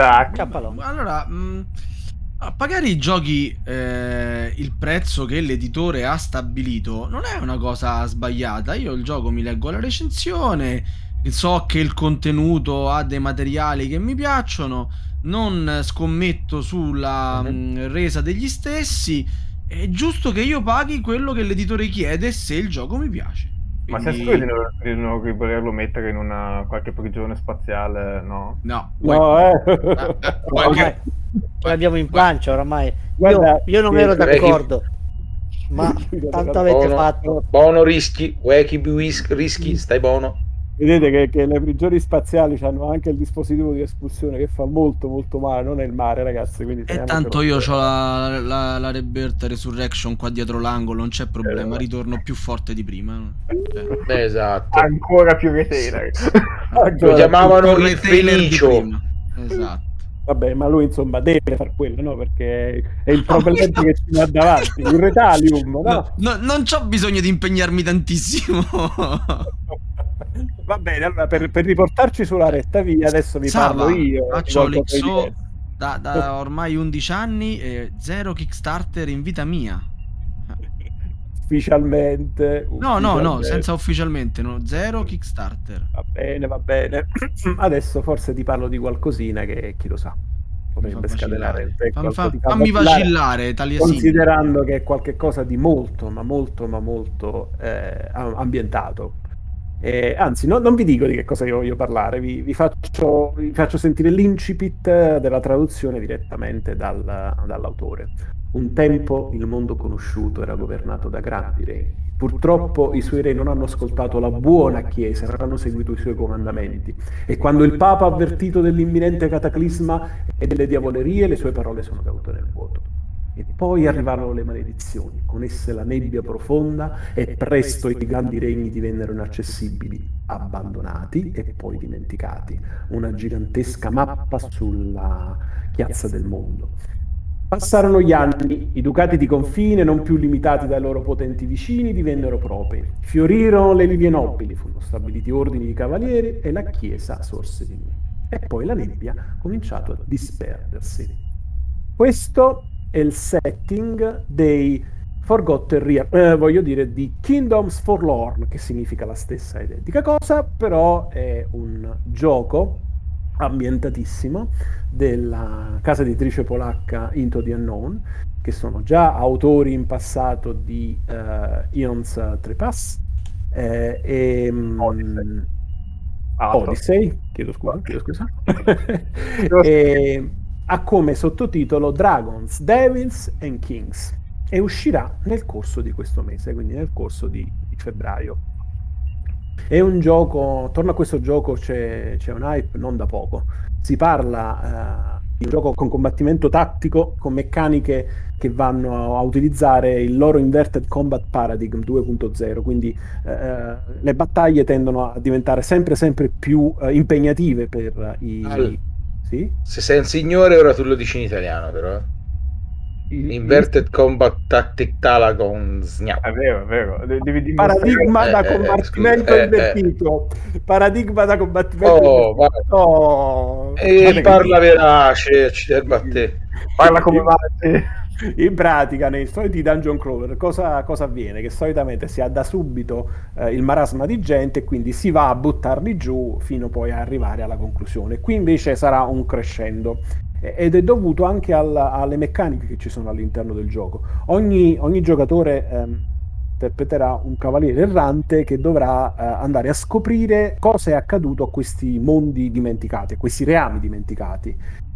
Allora, mh, a pagare i giochi eh, il prezzo che l'editore ha stabilito non è una cosa sbagliata. Io il gioco mi leggo la recensione, so che il contenuto ha dei materiali che mi piacciono, non scommetto sulla Mhm. mh, resa degli stessi. È giusto che io paghi quello che l'editore chiede se il gioco mi piace. Ma Quindi- sei sicuro di non, di non di volerlo mettere in una qualche prigione spaziale, no? No, No, eh. Qualche- Ce l'abbiamo in pancia oramai. Guarda, io, io non che- ero d'accordo, ma tanto avete Buono, fatto. buono rischi, wacky whisk, rischi, stai buono. Vedete che, che le prigioni spaziali hanno anche il dispositivo di espulsione che fa molto molto male, non è il mare, ragazzi. Quindi E teniamocelo. tanto io ho la, la, la Rebirth Resurrection qua dietro l'angolo, non c'è problema, Eh. ritorno più forte di prima. Cioè, Esatto. Ancora più retailer. Lo chiamavano un il retailer di Fenicio. prima. Esatto. Vabbè, ma lui insomma deve far quello, no? Perché è il problema che ci ha davanti, il Retalium, no? No, no, non c'ho bisogno di impegnarmi tantissimo. Va bene, allora per, per riportarci sulla retta via, adesso vi Sava, parlo io. di faccio qualcosa di l'X O diverso. da, da ormai undici anni e zero Kickstarter in vita mia. Ufficialmente, No, no, no, ufficialmente. senza ufficialmente, no, zero Kickstarter. Va bene, va bene. Adesso forse ti parlo di qualcosina che chi lo sa. potrebbe fa scatenare vacillare. in te Fam- qualcosa fa- di fammi vacillare, vacillare, Taliesin. considerando che è qualcosa di molto, ma molto, ma molto eh, ambientato. Eh, anzi, no, non vi dico di che cosa io voglio parlare, vi, vi, faccio, vi faccio sentire l'incipit della traduzione direttamente dal, dall'autore. Un tempo il mondo conosciuto era governato da grandi re. Purtroppo i suoi re non hanno ascoltato la buona Chiesa, non hanno seguito i suoi comandamenti. E quando il Papa ha avvertito dell'imminente cataclisma e delle diavolerie, le sue parole sono cadute nel vuoto. E poi arrivarono le maledizioni, con esse la nebbia profonda, e presto i grandi regni divennero inaccessibili, abbandonati e poi dimenticati. Una gigantesca mappa sulla chiazza del mondo. Passarono gli anni, i ducati di confine, non più limitati dai loro potenti vicini, divennero propri. Fiorirono le linee nobili, furono stabiliti ordini di cavalieri e la Chiesa sorse di nuovo. E poi la nebbia ha cominciato a disperdersi. Questo è il setting dei Forgotten Realms, eh, voglio dire di Kingdoms Forlorn, che significa la stessa identica cosa, però è un gioco ambientatissimo della casa editrice polacca Into the Unknown, che sono già autori in passato di uh, Ion's Trespass eh, e Odyssey. Ah, Odyssey, chiedo scusa, chiedo scusa. E ha come sottotitolo Dragons, Devils and Kings e uscirà nel corso di questo mese, quindi nel corso di, di febbraio. È un gioco, attorno a questo gioco c'è, c'è un hype non da poco. Si parla uh, di un gioco con combattimento tattico, con meccaniche che vanno a utilizzare il loro Inverted Combat Paradigm due punto zero, quindi uh, le battaglie tendono a diventare sempre sempre più uh, impegnative per i... Al... Sì? Se sei un signore ora tu lo dici in italiano però. Inverted Combat Tactic Talagon Snap. È vero, è vero. Devi paradigma eh, da eh, combattimento eh, invertito. Eh. Paradigma da combattimento oh, invertito. Oh, e parla verace, ci batte. Parla come matti. In pratica, nei soliti dungeon crawler, cosa, cosa avviene? Che solitamente si ha da subito eh, il marasma di gente e quindi si va a buttarli giù fino poi a arrivare alla conclusione. Qui invece sarà un crescendo. Ed è dovuto anche alla, alle meccaniche che ci sono all'interno del gioco. Ogni, ogni giocatore ehm, interpreterà un cavaliere errante che dovrà eh, andare a scoprire cosa è accaduto a questi mondi dimenticati, a questi reami dimenticati.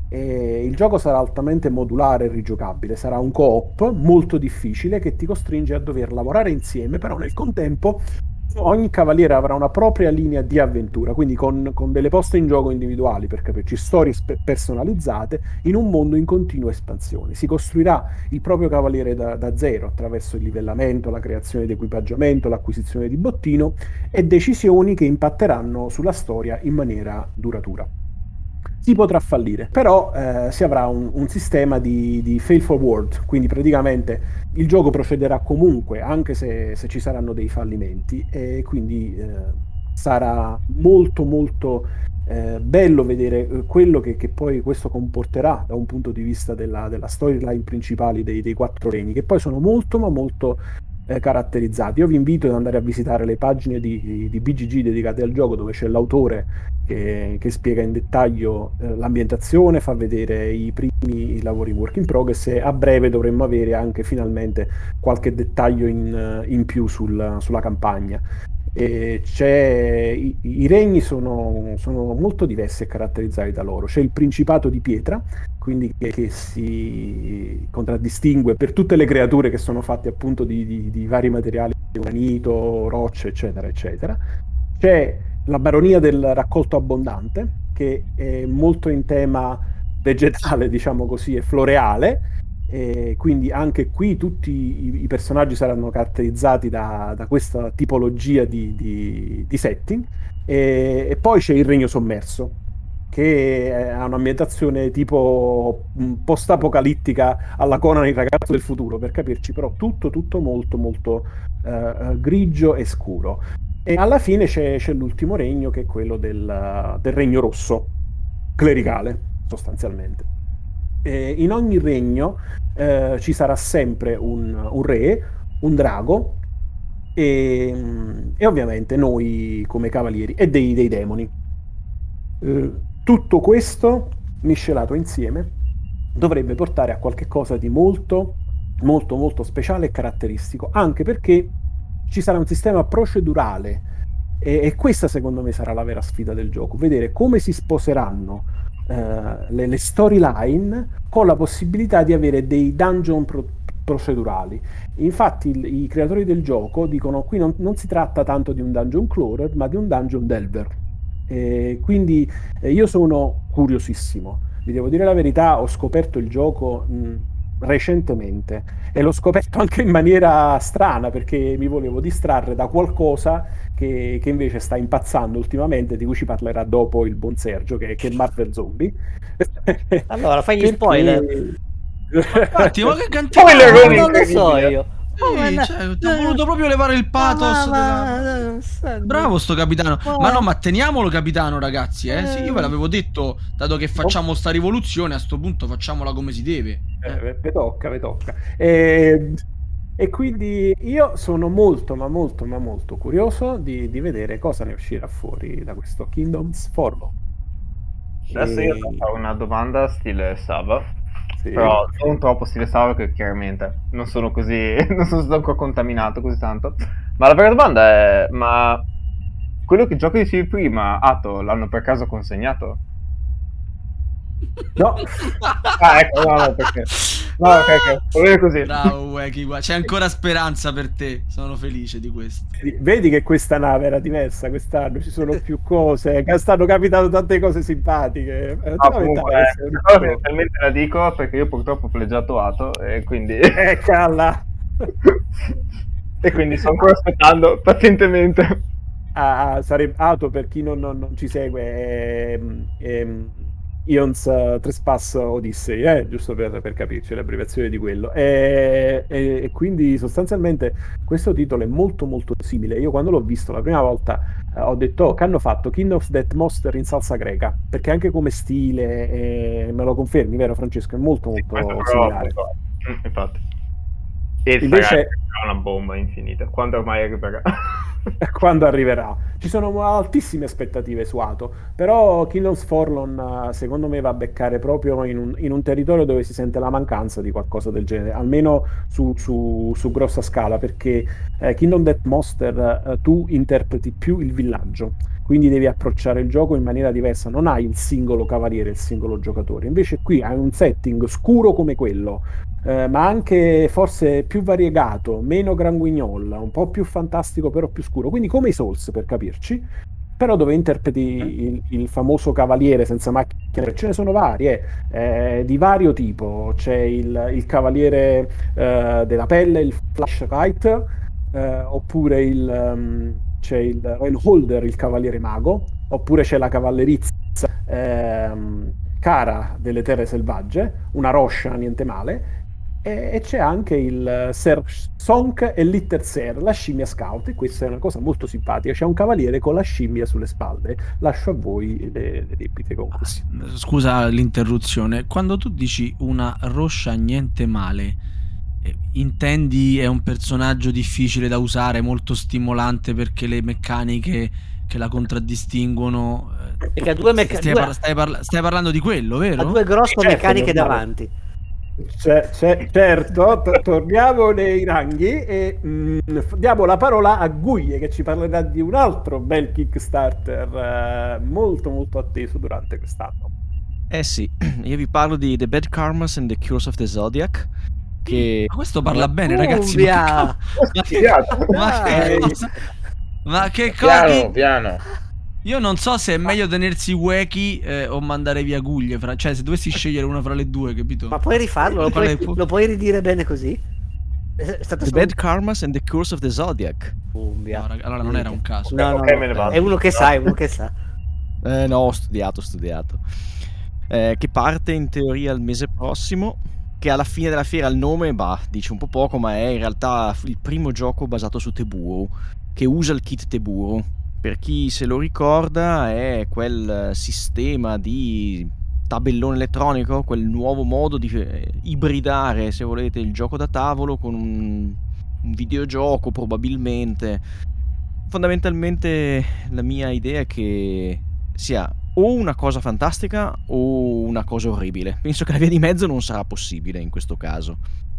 E il gioco sarà altamente modulare e rigiocabile, sarà un co-op molto difficile che ti costringe a dover lavorare insieme, però nel contempo ogni cavaliere avrà una propria linea di avventura, quindi con, con delle poste in gioco individuali, per capirci, storie spe- personalizzate in un mondo in continua espansione. Si costruirà il proprio cavaliere da, da zero attraverso il livellamento, la creazione di equipaggiamento, l'acquisizione di bottino e decisioni che impatteranno sulla storia in maniera duratura. Si potrà fallire, però eh, si avrà un, un sistema di, di fail forward, quindi praticamente il gioco procederà comunque anche se, se ci saranno dei fallimenti e quindi eh, sarà molto molto eh, bello vedere eh, quello che, che poi questo comporterà da un punto di vista della, della storyline principali dei, dei quattro regni, che poi sono molto ma molto eh, caratterizzati. Io vi invito ad andare a visitare le pagine di, di B G G dedicate al gioco, dove c'è l'autore Che, che spiega in dettaglio eh, l'ambientazione, fa vedere i primi lavori work in progress e a breve dovremmo avere anche finalmente qualche dettaglio in, in più sul, sulla campagna. E c'è, i, i regni sono, sono molto diversi e caratterizzati da loro. C'è il Principato di Pietra, quindi che, che si contraddistingue per tutte le creature che sono fatte appunto di, di, di vari materiali, granito, rocce, eccetera, eccetera. C'è la baronia del raccolto abbondante, che è molto in tema vegetale, diciamo così, e floreale, e quindi anche qui tutti i, i personaggi saranno caratterizzati da, da questa tipologia di, di, di setting. E, e poi c'è il Regno Sommerso, che ha un'ambientazione tipo post-apocalittica alla Conan il ragazzo del futuro, per capirci, però tutto tutto molto molto uh, grigio e scuro. E alla fine c'è, c'è l'ultimo regno, che è quello del, del regno rosso, clericale, sostanzialmente. E in ogni regno eh, ci sarà sempre un, un re, un drago e, e ovviamente noi come cavalieri e dei, dei demoni. Eh, tutto questo miscelato insieme dovrebbe portare a qualche cosa di molto, molto, molto speciale e caratteristico, anche perché ci sarà un sistema procedurale e, e questa secondo me sarà la vera sfida del gioco, vedere come si sposeranno eh, le, le storyline con la possibilità di avere dei dungeon pro- procedurali. Infatti il- i creatori del gioco dicono qui non, non si tratta tanto di un dungeon crawler ma di un dungeon delver. E quindi eh, io sono curiosissimo, vi devo dire la verità, ho scoperto il gioco mh, recentemente e l'ho scoperto anche in maniera strana perché mi volevo distrarre da qualcosa che, che invece sta impazzando ultimamente, di cui ci parlerà dopo il buon Sergio, che, che è Marvel Zombie. Allora, fai gli Perché- spoiler. Infatti, ma che Spoiler, cantina! non Non lo so incredibile. io. Sì, cioè, ti ho voluto proprio levare il pathos della- Bravo sto capitano. Ma no, ma teniamolo capitano, ragazzi, eh. Sì, io ve l'avevo detto, dato che facciamo sta rivoluzione, a sto punto facciamola come si deve. Eh. Eh, ve tocca, ve tocca. E, e quindi io sono molto, ma molto, ma molto curioso di, di vedere cosa ne uscirà fuori da questo Kingdoms Forlo. Adesso io E- ho una domanda stile Sava, sì. però non troppo stile Sava, che chiaramente non sono così, non sono stato ancora contaminato così tanto. Ma la vera domanda è, ma quello che giochi dicevi prima, Ato, l'hanno per caso consegnato? No, Ah, ecco, no, no, perché... No, ok, ok, va bene così. Bravo, Weki, guarda, c'è ancora speranza per te. Sono felice di questo. vedi che questa nave era diversa quest'anno, ci sono più cose, che stanno capitando tante cose simpatiche. Eh, No, ti comunque, lamentare, eh, sei un questa cosa po'. inizialmente la dico perché io purtroppo ho plagiato Ato e quindi... Eh, calla. e quindi sto ancora aspettando pazientemente. Ah, ah, sarebbe Auto, per chi non, non- non ci segue, è, è, Ions uh, Trespass Odyssey, eh, giusto per, per capirci l'abbreviazione di quello. E, e- e quindi sostanzialmente questo titolo è molto molto simile. Io quando l'ho visto la prima volta eh, ho detto oh, che hanno fatto King of Death Monster in salsa greca, perché anche come stile, eh, me lo confermi, vero Francesco? È molto molto Questo però, similare. appunto, mm, infatti. E il Invece- Invece... è una bomba infinita. Quando ormai arriverà? Quando arriverà. Ci sono altissime aspettative su Ato, però Kingdoms Forlorn eh, secondo me va a beccare proprio in un, in un territorio dove si sente la mancanza di qualcosa del genere, almeno su, su- su grossa scala, perché eh, Kingdom Death Monster eh, tu interpreti più il villaggio, quindi devi approcciare il gioco in maniera diversa, non hai il singolo cavaliere, il singolo giocatore, invece qui hai un setting scuro come quello, eh, ma anche forse più variegato, meno granguignol, un po' più fantastico però più scuro, quindi come i Souls per capirci, però dove interpreti il, il famoso cavaliere senza macchine, ce ne sono varie, eh, di vario tipo, c'è il, il cavaliere eh, della pelle, il flashlight, eh, oppure il, um, c'è il Reinholder, il cavaliere mago, oppure c'è la cavallerizza ehm, cara delle terre selvagge, una roscia, niente male, e, e c'è anche il Ser Sonk e l'Itter Ser, la scimmia scout, e questa è una cosa molto simpatica, c'è un cavaliere con la scimmia sulle spalle. Lascio a voi le, le debite conclusioni. Scusa l'interruzione. Quando tu dici una roscia niente male, eh, intendi è un personaggio difficile da usare, molto stimolante perché le meccaniche che la contraddistinguono. eh, Perché ha due mecca- stai, due- parla- stai parla- stai parlando di quello, vero? Ha due grosse Certo, meccaniche normale. davanti. C'è- c'è- certo, to- torniamo nei ranghi e mm, f- diamo la parola a Guglie che ci parlerà di un altro bel Kickstarter eh, molto molto atteso durante quest'anno. Eh sì, io vi parlo di The Bad Karmas and the Curse of the Zodiac, che Ma questo parla bene, ragazzi. Ma Cumbia! che, co- ma che Dai. cosa? Ma che Piano, cosa? piano. Io non so se è meglio tenersi Weki eh, o mandare via Guglie. Fra... Cioè, se dovessi scegliere una fra le due, capito? Ma puoi rifarlo? Lo Qual puoi, è- lo puoi ridire bene così? È stato The solo Bad Karmas and the Curse of the Zodiac. Cumbia. No, raga, allora non era un caso. No, no, Ok, no. me ne vado. È uno che sa, è uno che sa. Eh no, ho studiato, ho studiato. Eh, che parte in teoria il mese prossimo, che alla fine della fiera il nome, bah, dice un po' poco, ma è in realtà il primo gioco basato su Teburu, che usa il kit Teburu. Per chi se lo ricorda è quel sistema di tabellone elettronico, quel nuovo modo di eh, ibridare, se volete, il gioco da tavolo con un, un videogioco probabilmente. Fondamentalmente la mia idea è che sia o una cosa fantastica o una cosa orribile. Penso che la via di mezzo non sarà possibile in questo caso.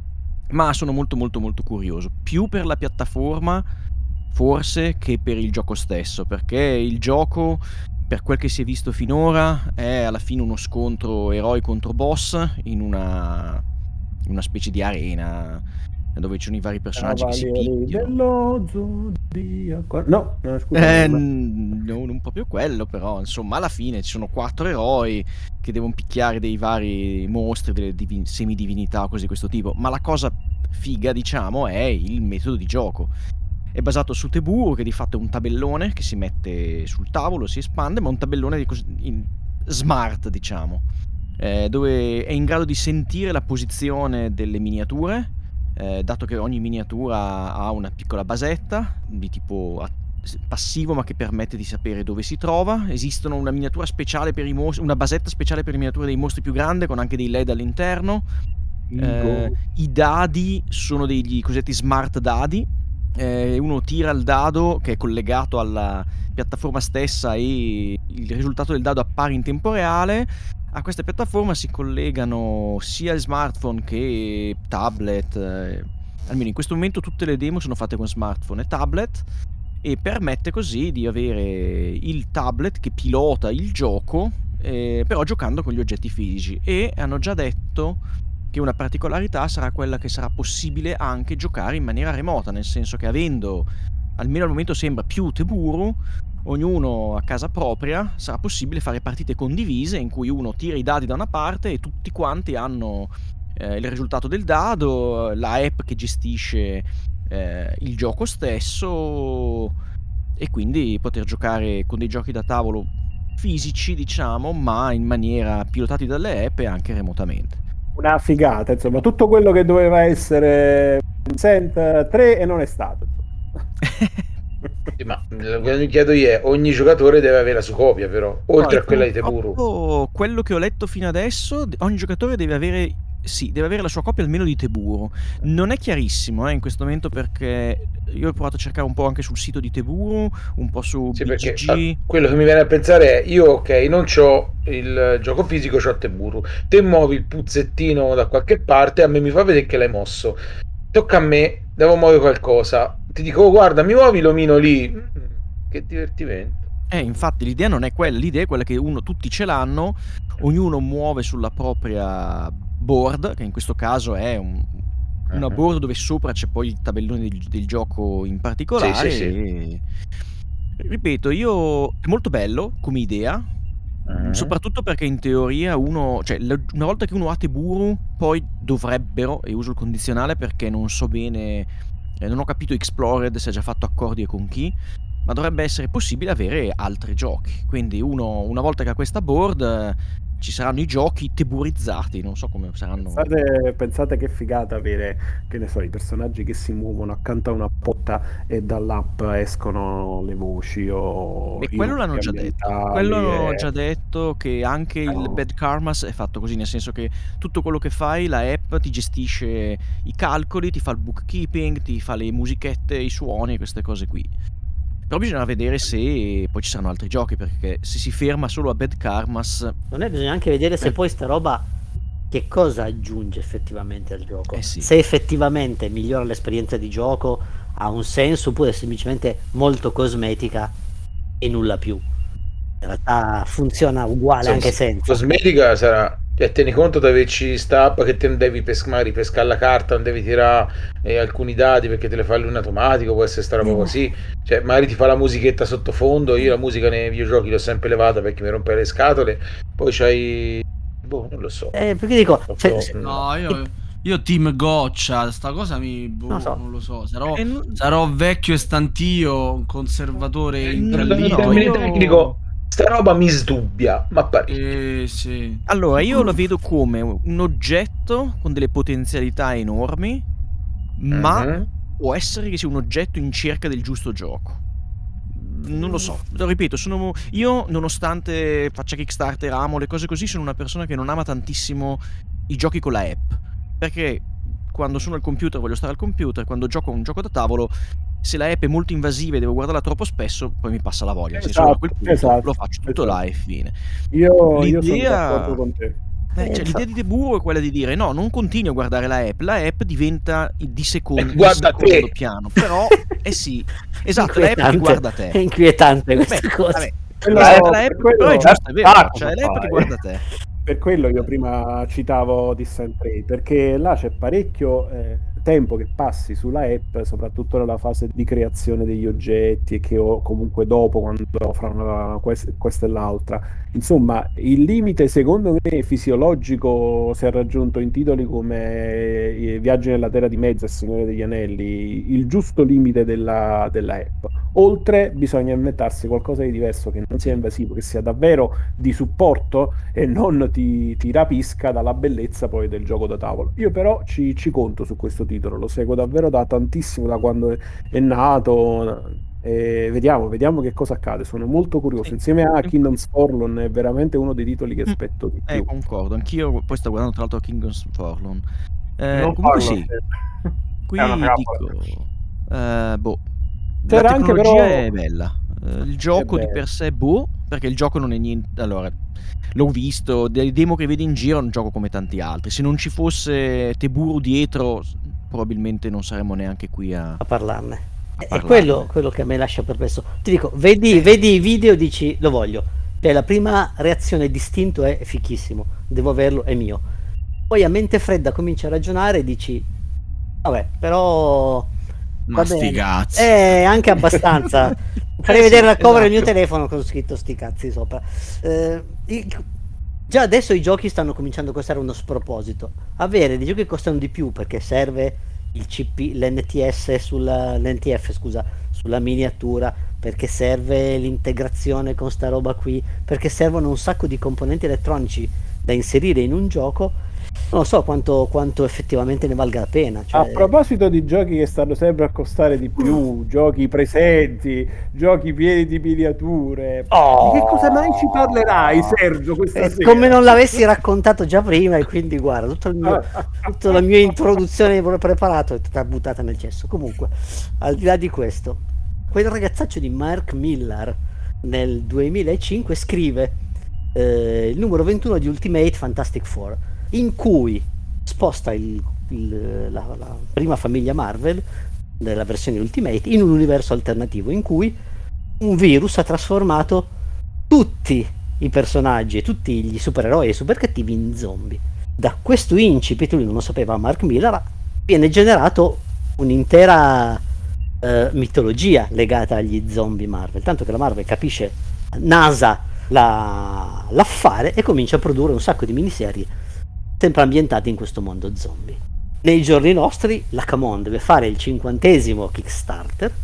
Ma sono molto molto molto curioso, più per la piattaforma forse che per il gioco stesso, perché il gioco, per quel che si è visto finora, è alla fine uno scontro eroi contro boss in una, in una specie di arena dove ci sono i vari personaggi che si Cavalieri picchiano. dello Zodiaco. No, no, scusa. Eh, no. n- non un po' più quello, però insomma alla fine ci sono quattro eroi che devono picchiare dei vari mostri, delle divi- semidivinità, cose di questo tipo. Ma la cosa figa, diciamo, è il metodo di gioco. È basato su Teburu, che di fatto è un tabellone che si mette sul tavolo, si espande, ma un tabellone di cos- in- smart, diciamo, eh, dove è in grado di sentire la posizione delle miniature, eh, dato che ogni miniatura ha una piccola basetta di tipo a- passivo, ma che permette di sapere dove si trova. Esistono una miniatura speciale per i mostri, una basetta speciale per le miniature dei mostri più grande, con anche dei L E D all'interno. Eh, I dadi sono degli cosiddetti smart dadi. Eh, uno tira il dado che è collegato alla piattaforma stessa e il risultato del dado appare in tempo reale. A questa piattaforma si collegano sia smartphone che tablet. Eh, almeno in questo momento tutte le demo sono fatte con smartphone e tablet, e permette così di avere il tablet che pilota il gioco, eh, però giocando con gli oggetti fisici. E hanno già detto che una particolarità sarà quella che sarà possibile anche giocare in maniera remota, nel senso che, avendo, almeno al momento sembra, più Teburu, ognuno a casa propria, sarà possibile fare partite condivise in cui uno tira i dadi da una parte e tutti quanti hanno eh, il risultato del dado, la app che gestisce eh, il gioco stesso, e quindi poter giocare con dei giochi da tavolo fisici, diciamo, ma in maniera pilotati dalle app e anche remotamente. Una figata, insomma, tutto quello che doveva essere Sent tre e non è stato. Sì, ma quello che mi chiedo io è: ogni giocatore deve avere la sua copia, però, oltre a quella di Teburu. Purtroppo, quello che ho letto fino adesso, ogni giocatore deve avere, sì, deve avere la sua copia almeno di Teburu. Non è chiarissimo eh, in questo momento, perché io ho provato a cercare un po' anche sul sito di Teburu, un po' su Sì, B G perché G. ah, quello che mi viene a pensare è: io, ok, non c'ho il gioco fisico, c'ho Teburu, te muovi il puzzettino da qualche parte, a me mi fa vedere che l'hai mosso, tocca a me, devo muovere qualcosa, ti dico: oh, guarda, mi muovi l'omino lì. Mm, che divertimento. Eh, infatti l'idea non è quella, l'idea è quella che uno, tutti ce l'hanno, ognuno muove sulla propria board, che in questo caso è un, una Uh-huh. board dove sopra c'è poi il tabellone del, del gioco in particolare. Sì, sì, sì. E, ripeto, io è molto bello come idea, Uh-huh. soprattutto perché in teoria uno, cioè la- una volta che uno ha Teburu, poi dovrebbero, e uso il condizionale perché non so bene, eh, non ho capito Explored se ha già fatto accordi e con chi, ma dovrebbe essere possibile avere altri giochi. Quindi uno, una volta che ha questa board, eh, ci saranno i giochi teburizzati, non so come saranno. Pensate, pensate che figata avere, che ne so, i personaggi che si muovono accanto a una porta e dall'app escono le voci o E i quello rumori l'hanno già detto. ambientali Quello hanno e- già detto che anche il No. Bad Karmas è fatto così, nel senso che tutto quello che fai, la app ti gestisce i calcoli, ti fa il bookkeeping, ti fa le musichette, i suoni e queste cose qui. Però bisogna vedere se poi ci saranno altri giochi, perché se si ferma solo a Bad Karmas, Non è, bisogna anche vedere se Eh. poi sta roba che cosa aggiunge effettivamente al gioco. Eh sì. Se effettivamente migliora l'esperienza di gioco, ha un senso, oppure è semplicemente molto cosmetica e nulla più. In realtà funziona uguale Sì, anche sì. senza. Cosmetica sarà, cioè, tieni conto di averci sta app che te non devi pes- magari pescare la carta, non devi tirare eh, alcuni dati perché te le fa lui in automatico, può essere sta roba Eh. così, cioè magari ti fa la musichetta sottofondo. Io la musica nei videogiochi l'ho sempre levata perché mi rompe le scatole. Poi c'hai, boh, non lo so. Eh, perché dico, cioè, No, se- No, io, io team goccia, sta cosa mi... boh, Non so. non lo so, sarò, Eh, non- sarò vecchio e stantio, un conservatore in incallito. termini io- tecnico sta roba mi sdubbia, ma parecchio. Eh, sì. Allora, io la vedo come un oggetto con delle potenzialità enormi, ma Mhm. può essere che sia un oggetto in cerca del giusto gioco. Non lo so, lo ripeto, sono io, nonostante faccia Kickstarter, amo le cose così, sono una persona che non ama tantissimo i giochi con la app, perché quando sono al computer voglio stare al computer, quando gioco un gioco da tavolo Se la app è molto invasiva e devo guardarla troppo spesso, poi mi passa la voglia. Nel senso, Esatto, a quel punto esatto, lo faccio tutto esatto. là e fine. Io, io sono L'idea, d'accordo con te. eh, cioè, l'idea di The Burrow è quella di dire no, non continui a guardare la app, la app diventa il di secondo, Eh, guarda il secondo te. piano, però eh sì, esatto, la app ti Inquietante. guarda È te. inquietante questa Beh, cosa. vabbè, Quello- la app, per quello- però è giusto, è vero, Ah, cioè cosa l'app ti fai? guarda te. Per quello io prima citavo Distant Ray, perché là c'è parecchio eh, tempo che passi sulla app, soprattutto nella fase di creazione degli oggetti e che o comunque dopo, quando fra una, quest- questa e l'altra. Insomma, il limite secondo me fisiologico si è raggiunto in titoli come i Viaggi nella Terra di Mezzo e Signore degli Anelli, il giusto limite della, della app. Oltre bisogna inventarsi qualcosa di diverso che non sia invasivo, che sia davvero di supporto e non ti, ti rapisca dalla bellezza poi del gioco da tavolo. Io però ci, ci conto su questo titolo, lo seguo davvero da tantissimo, da quando è, è nato, e vediamo, vediamo che cosa accade. Sono molto curioso. Sì. Insieme a Kingdoms Forlorn è veramente uno dei titoli che Mm. aspetto di Eh, più. concordo, anch'io poi sto guardando tra l'altro Kingdoms Forlorn. Eh, Non comunque farlo, sì, qui È una trappola. dico, eh, boh, C'era la anche tecnologia però- è bella, eh, il gioco di bello. per sé, boh, perché il gioco non è niente, allora, l'ho visto, delle demo che vedi in giro è un gioco come tanti altri, se non ci fosse Teburu dietro probabilmente non saremmo neanche qui a... a parlarne. A È parlarne. quello, quello che a me lascia perplesso. Ti dico, vedi, vedi i video, dici lo voglio. Cioè, la prima reazione distinto è fichissimo, devo averlo, è mio. Poi a mente fredda cominci a ragionare e dici, vabbè, però... Ma va sti bene. cazzi. Eh, anche abbastanza. Farei Eh sì, vedere la cover del mio esatto. telefono con scritto sti cazzi sopra. Eh, il- già adesso i giochi stanno cominciando a costare uno sproposito. Avere dei giochi che costano di più perché serve il C P, l'N T S sulla l'N T F, scusa, sulla miniatura, perché serve l'integrazione con sta roba qui, perché servono un sacco di componenti elettronici da inserire in un gioco. Non so quanto, quanto effettivamente ne valga la pena. Cioè, A proposito di giochi che stanno sempre a costare di più, giochi presenti, giochi pieni di miniature, Oh! di che cosa mai ci parlerai, Sergio, questa eh, sera? come non l'avessi raccontato già prima, e quindi guarda, tutto il mio, tutta la mia introduzione che avevo preparato è stata buttata nel cesso. Comunque, al di là di questo, quel ragazzaccio di Mark Millar nel duemilacinque scrive eh, il numero ventuno di Ultimate Fantastic Four, in cui sposta il- il- la, la prima famiglia Marvel della versione Ultimate in un universo alternativo in cui un virus ha trasformato tutti i personaggi e tutti gli supereroi e i supercattivi in zombie. Da questo incipit, lui non lo sapeva Mark Millar, viene generato un'intera eh, mitologia legata agli zombie Marvel, tanto che la Marvel capisce, nasa la- l'affare e comincia a produrre un sacco di miniserie sempre ambientate in questo mondo zombie. Nei giorni nostri la Camon deve fare il cinquantesimo Kickstarter,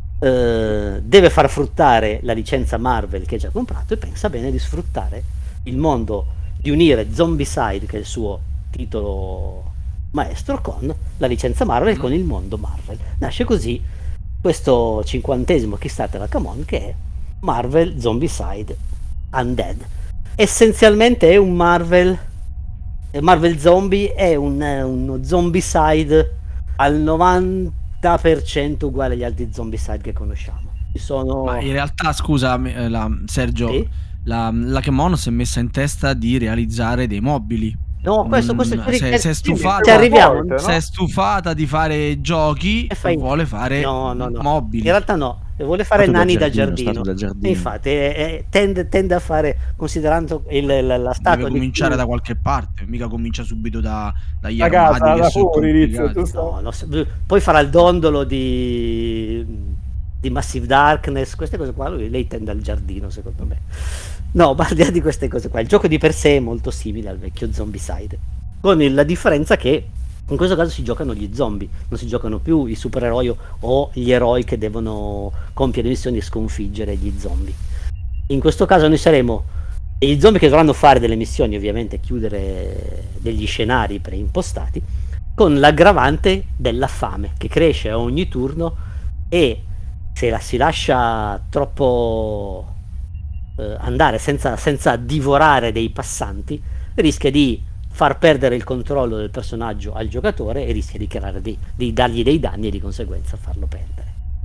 eh, deve far fruttare la licenza Marvel che ha già comprato e pensa bene di sfruttare il mondo, di unire Zombicide, che è il suo titolo maestro, con la licenza Marvel, con il mondo Marvel. Nasce così questo cinquantesimo Kickstarter della Camon, che è Marvel Zombicide Undead. Essenzialmente è un Marvel Marvel Zombie, è un, uno Zombicide al novanta per cento uguale agli altri Zombicide che conosciamo. Ci sono... Ma in realtà, scusa, eh, la- Sergio, Sì? la, la Kemon si è messa in testa di realizzare dei mobili. No, questo, questo Mm, ci, se- se è ci- stufata- ci arriviamo. Volte, no? Si è stufata di fare giochi E e fai- vuole fare no, no, no. mobili. In realtà no, vuole fare Stato da nani da giardino, giardino. stato da giardino. E infatti eh, eh, tende, tende a fare, considerando il, la, la statua Deve di cominciare più- da qualche parte, mica comincia subito da, dagli Da armadi casa, che da sono fuori, inizia complicati. tutto. No, no, se- poi farà il dondolo di, di Massive Darkness, queste cose qua, lui, lei tende al giardino secondo me. No, ma al di là di queste cose qua, il gioco di per sé è molto simile al vecchio Zombicide, con il- la differenza che in questo caso si giocano gli zombie, non si giocano più i supereroi o gli eroi che devono compiere missioni e sconfiggere gli zombie. In questo caso noi saremo gli zombie che dovranno fare delle missioni, ovviamente chiudere degli scenari preimpostati, con l'aggravante della fame che cresce a ogni turno, e se la si lascia troppo eh, andare senza, senza divorare dei passanti, rischia di far perdere il controllo del personaggio al giocatore e rischia di creare dei, di dargli dei danni e di conseguenza farlo perdere.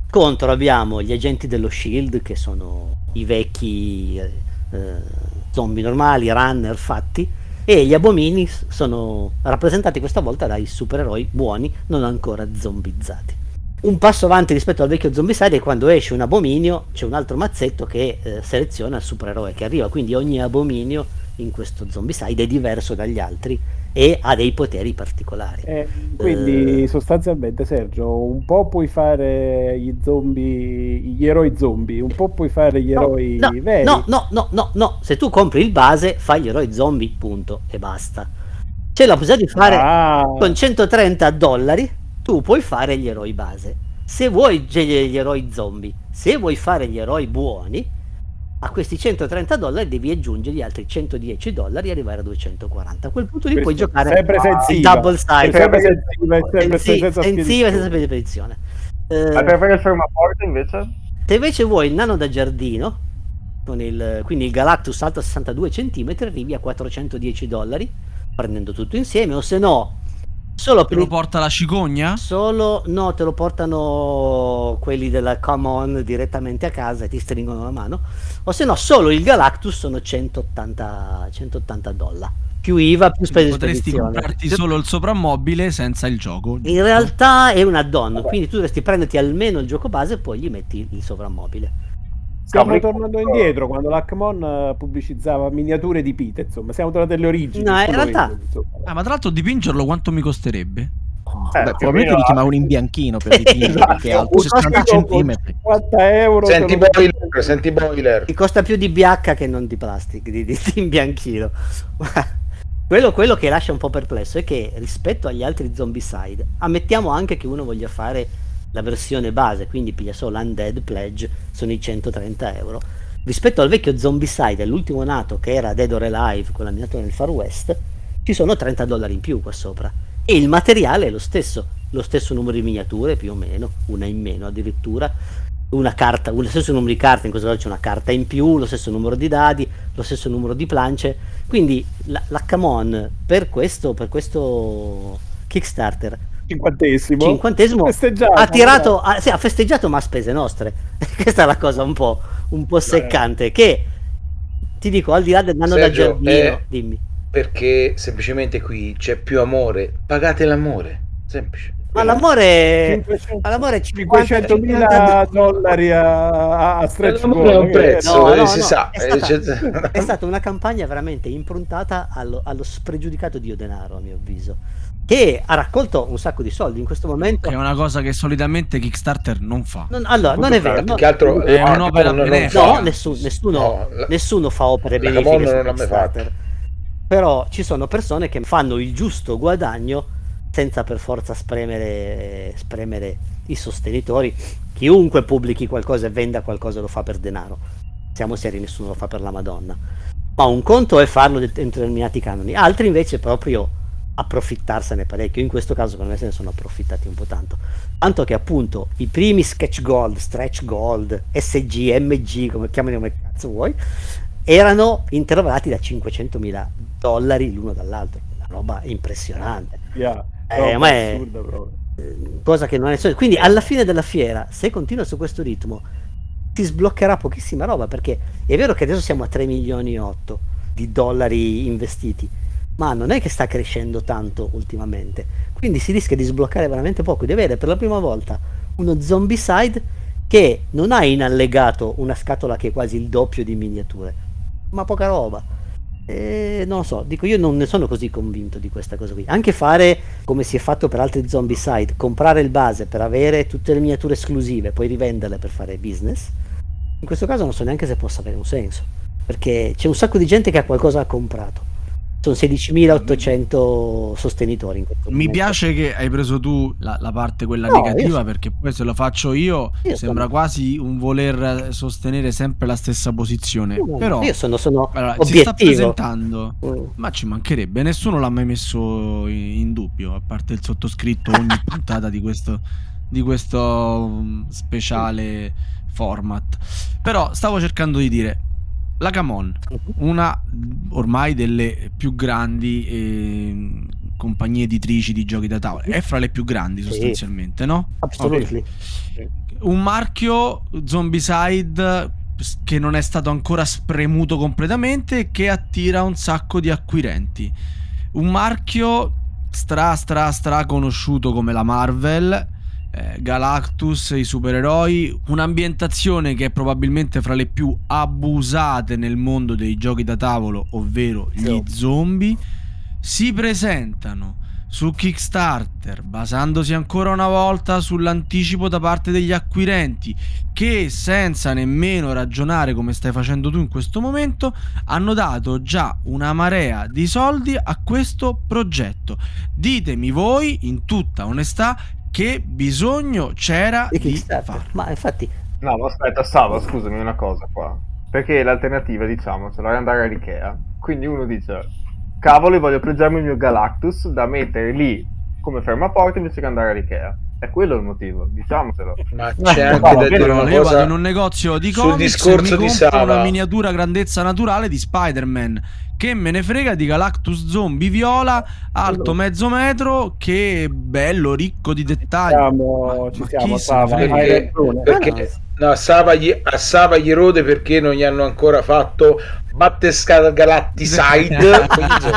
Contro abbiamo gli agenti dello Shield, che sono i vecchi eh, zombie normali, runner fatti, e gli abomini sono rappresentati questa volta dai supereroi buoni, non ancora zombizzati. Un passo avanti rispetto al vecchio Zombicide è quando esce un abominio, c'è un altro mazzetto che eh, seleziona il supereroe che arriva, quindi ogni abominio in questo Zombicide è diverso dagli altri e ha dei poteri particolari. Eh, quindi Eh, sostanzialmente, Sergio, un po' puoi fare gli zombie, gli eroi zombie, un po' puoi fare gli no, eroi no, veri. no, no, no, no, no, se tu compri il base fai gli eroi zombie, punto, e basta. C'è la possibilità di fare Ah, con centotrenta dollari, tu puoi fare gli eroi base. Se vuoi gli gli eroi zombie, se vuoi fare gli eroi buoni, a questi centotrenta dollari devi aggiungere gli altri centodieci dollari e arrivare a duecentoquaranta. A quel punto lì puoi questo giocare sempre il sensiva, double side, sempre sempre sensiva e sempre sensi- senza sensiva e senza spedizione. spedizione. Ma Eh, per fare il fermaporto invece? se invece vuoi il nano da giardino, con il, quindi il Galactus alto sessantadue centimetri, arrivi a quattrocentodieci dollari, prendendo tutto insieme, o se no, solo Te per lo il- porta la cicogna? solo, no, te lo portano quelli della Come On direttamente a casa e ti stringono la mano, o se no, solo il Galactus sono centottanta, centottanta dollari, più I V A, più spese di Potresti spedizione. comprarti solo il soprammobile senza il gioco. In realtà è un add-on, quindi tu dovresti prenderti almeno il gioco base e poi gli metti il sovrammobile. Stiamo Cavoli. tornando indietro quando l'Hackmon eh, pubblicizzava miniature di Pete, insomma, siamo tornati alle origini. No, in solo realtà- quello, insomma. Ah, ma tra l'altro dipingerlo quanto mi costerebbe? Eh, Beh, più o probabilmente meno li chiamavano la- in bianchino per dipingere, Esatto. perché è alto Un sessanta costo con centimetri. cinquanta euro. Senti te lo- boiler, senti boiler. Ti costa più di B H che non di plastica, di, di, di imbianchino. quello, quello che lascia un po' perplesso è che rispetto agli altri Zombicide, ammettiamo anche che uno voglia fare la versione base, quindi piglia solo Undead Pledge, sono i centotrenta euro. Rispetto al vecchio Zombicide, all'ultimo nato che era Dead or Alive con la miniatura nel Far West, ci sono trenta dollari in più qua sopra. E il materiale è lo stesso, lo stesso numero di miniature più o meno, una in meno addirittura, una carta, lo stesso numero di carte, in questo caso c'è una carta in più, lo stesso numero di dadi, lo stesso numero di plance, quindi la, la Come On per questo, per questo Kickstarter cinquantesimo. cinquantesimo Festeggiato, ha tirato, ha, sì, ha festeggiato ma a spese nostre. Questa è la cosa un po', un po' seccante, che ti dico, al di là del nano da Sergio, giardino, eh, dimmi. Perché semplicemente qui c'è più amore. Pagate l'amore. Semplice. Ma l'amore, cinquecento ma l'amore è cinquecentomila dollari a, a stretch L'amore è un goal, prezzo, No, eh, no, si no, sa. è eh, stata- c'è- è stata una campagna veramente improntata allo, allo spregiudicato dio denaro, a mio avviso, che ha raccolto un sacco di soldi in questo momento. Che è una cosa che solitamente Kickstarter non fa. Non- allora, non è vero, Più no, che altro È ah, un'opera non- non benefica. no, fa. nessuno, nessuno, No, la- nessuno fa opere la benefiche Camon su non l'ha mai Kickstarter. Però ci sono persone che fanno il giusto guadagno senza per forza spremere, spremere i sostenitori. Chiunque pubblichi qualcosa e venda qualcosa lo fa per denaro. Siamo seri, nessuno lo fa per la Madonna. Ma un conto è farlo dentro determinati canoni, altri invece proprio approfittarsene parecchio. In questo caso secondo me se ne sono approfittati un po' tanto. Tanto che appunto i primi sketch gold, stretch gold, S G, M G, come chiamali come cazzo vuoi, erano intervallati da cinquecentomila dollari l'uno dall'altro. Una roba impressionante. Yeah. Eh, No, ma è- assurda proprio. Eh, cosa che non è solito. Quindi alla fine della fiera, se continua su questo ritmo, ti sbloccherà pochissima roba, perché è vero che adesso siamo a tre milioni e otto di dollari investiti, ma non è che sta crescendo tanto ultimamente, quindi si rischia di sbloccare veramente poco, di avere per la prima volta uno Zombicide che non ha in allegato una scatola che è quasi il doppio di miniature, ma poca roba. E non lo so, dico, io non ne sono così convinto di questa cosa qui. Anche fare come si è fatto per altri Zombicide, comprare il base per avere tutte le miniature esclusive, poi rivenderle per fare business, in questo caso non so neanche se possa avere un senso, perché c'è un sacco di gente che ha qualcosa ha comprato. Sono sedicimilaottocento sostenitori in questo Mi momento. piace che hai preso tu la, la parte quella No, negativa, io- perché poi se lo faccio io, Io sembra sono- quasi un voler sostenere sempre la stessa posizione. No, no, Però io sono, sono allora, si sta obiettivo. presentando, Mm. ma ci mancherebbe, nessuno l'ha mai messo in, in dubbio, a parte il sottoscritto ogni puntata di questo, di questo um, speciale format. Però stavo cercando di dire, la Come On, una ormai delle più grandi eh, compagnie editrici di giochi da tavola, è fra le più grandi Sì. sostanzialmente, no? Absolutely. Ok. Un marchio Zombicide che non è stato ancora spremuto completamente e che attira un sacco di acquirenti. Un marchio stra stra stra conosciuto come la Marvel, eh, Galactus, i supereroi, un'ambientazione che è probabilmente fra le più abusate nel mondo dei giochi da tavolo, ovvero gli zombie. Si presentano su Kickstarter basandosi ancora una volta sull'anticipo da parte degli acquirenti, che senza nemmeno ragionare come stai facendo tu in questo momento hanno dato già una marea di soldi a questo progetto. Ditemi voi in tutta onestà che bisogno c'era Di di Kickstarter. farlo. Ma infatti, No, ma aspetta, Sava, scusami una cosa qua. Perché l'alternativa, diciamo, è andare all'Ikea. Quindi uno dice, cavolo, voglio pregiarmi il mio Galactus da mettere lì come fermaporto invece che andare all'Ikea. È quello il motivo, diciamocelo. Ma c'è Eh, anche va da bene, dire Allora, una io vado cosa in un negozio di sul comics e mi discorso di compro una Sava. miniatura grandezza naturale di Spider-Man. Che me ne frega di Galactus zombie viola, alto mezzo metro, che bello, ricco di dettagli. Siamo, Ma- ci ma siamo, chi se ne Sava, frega? hai Perché, ragione. perché no, a, Sava gli, a Sava gli rode perché non gli hanno ancora fatto Battescada Galacticide.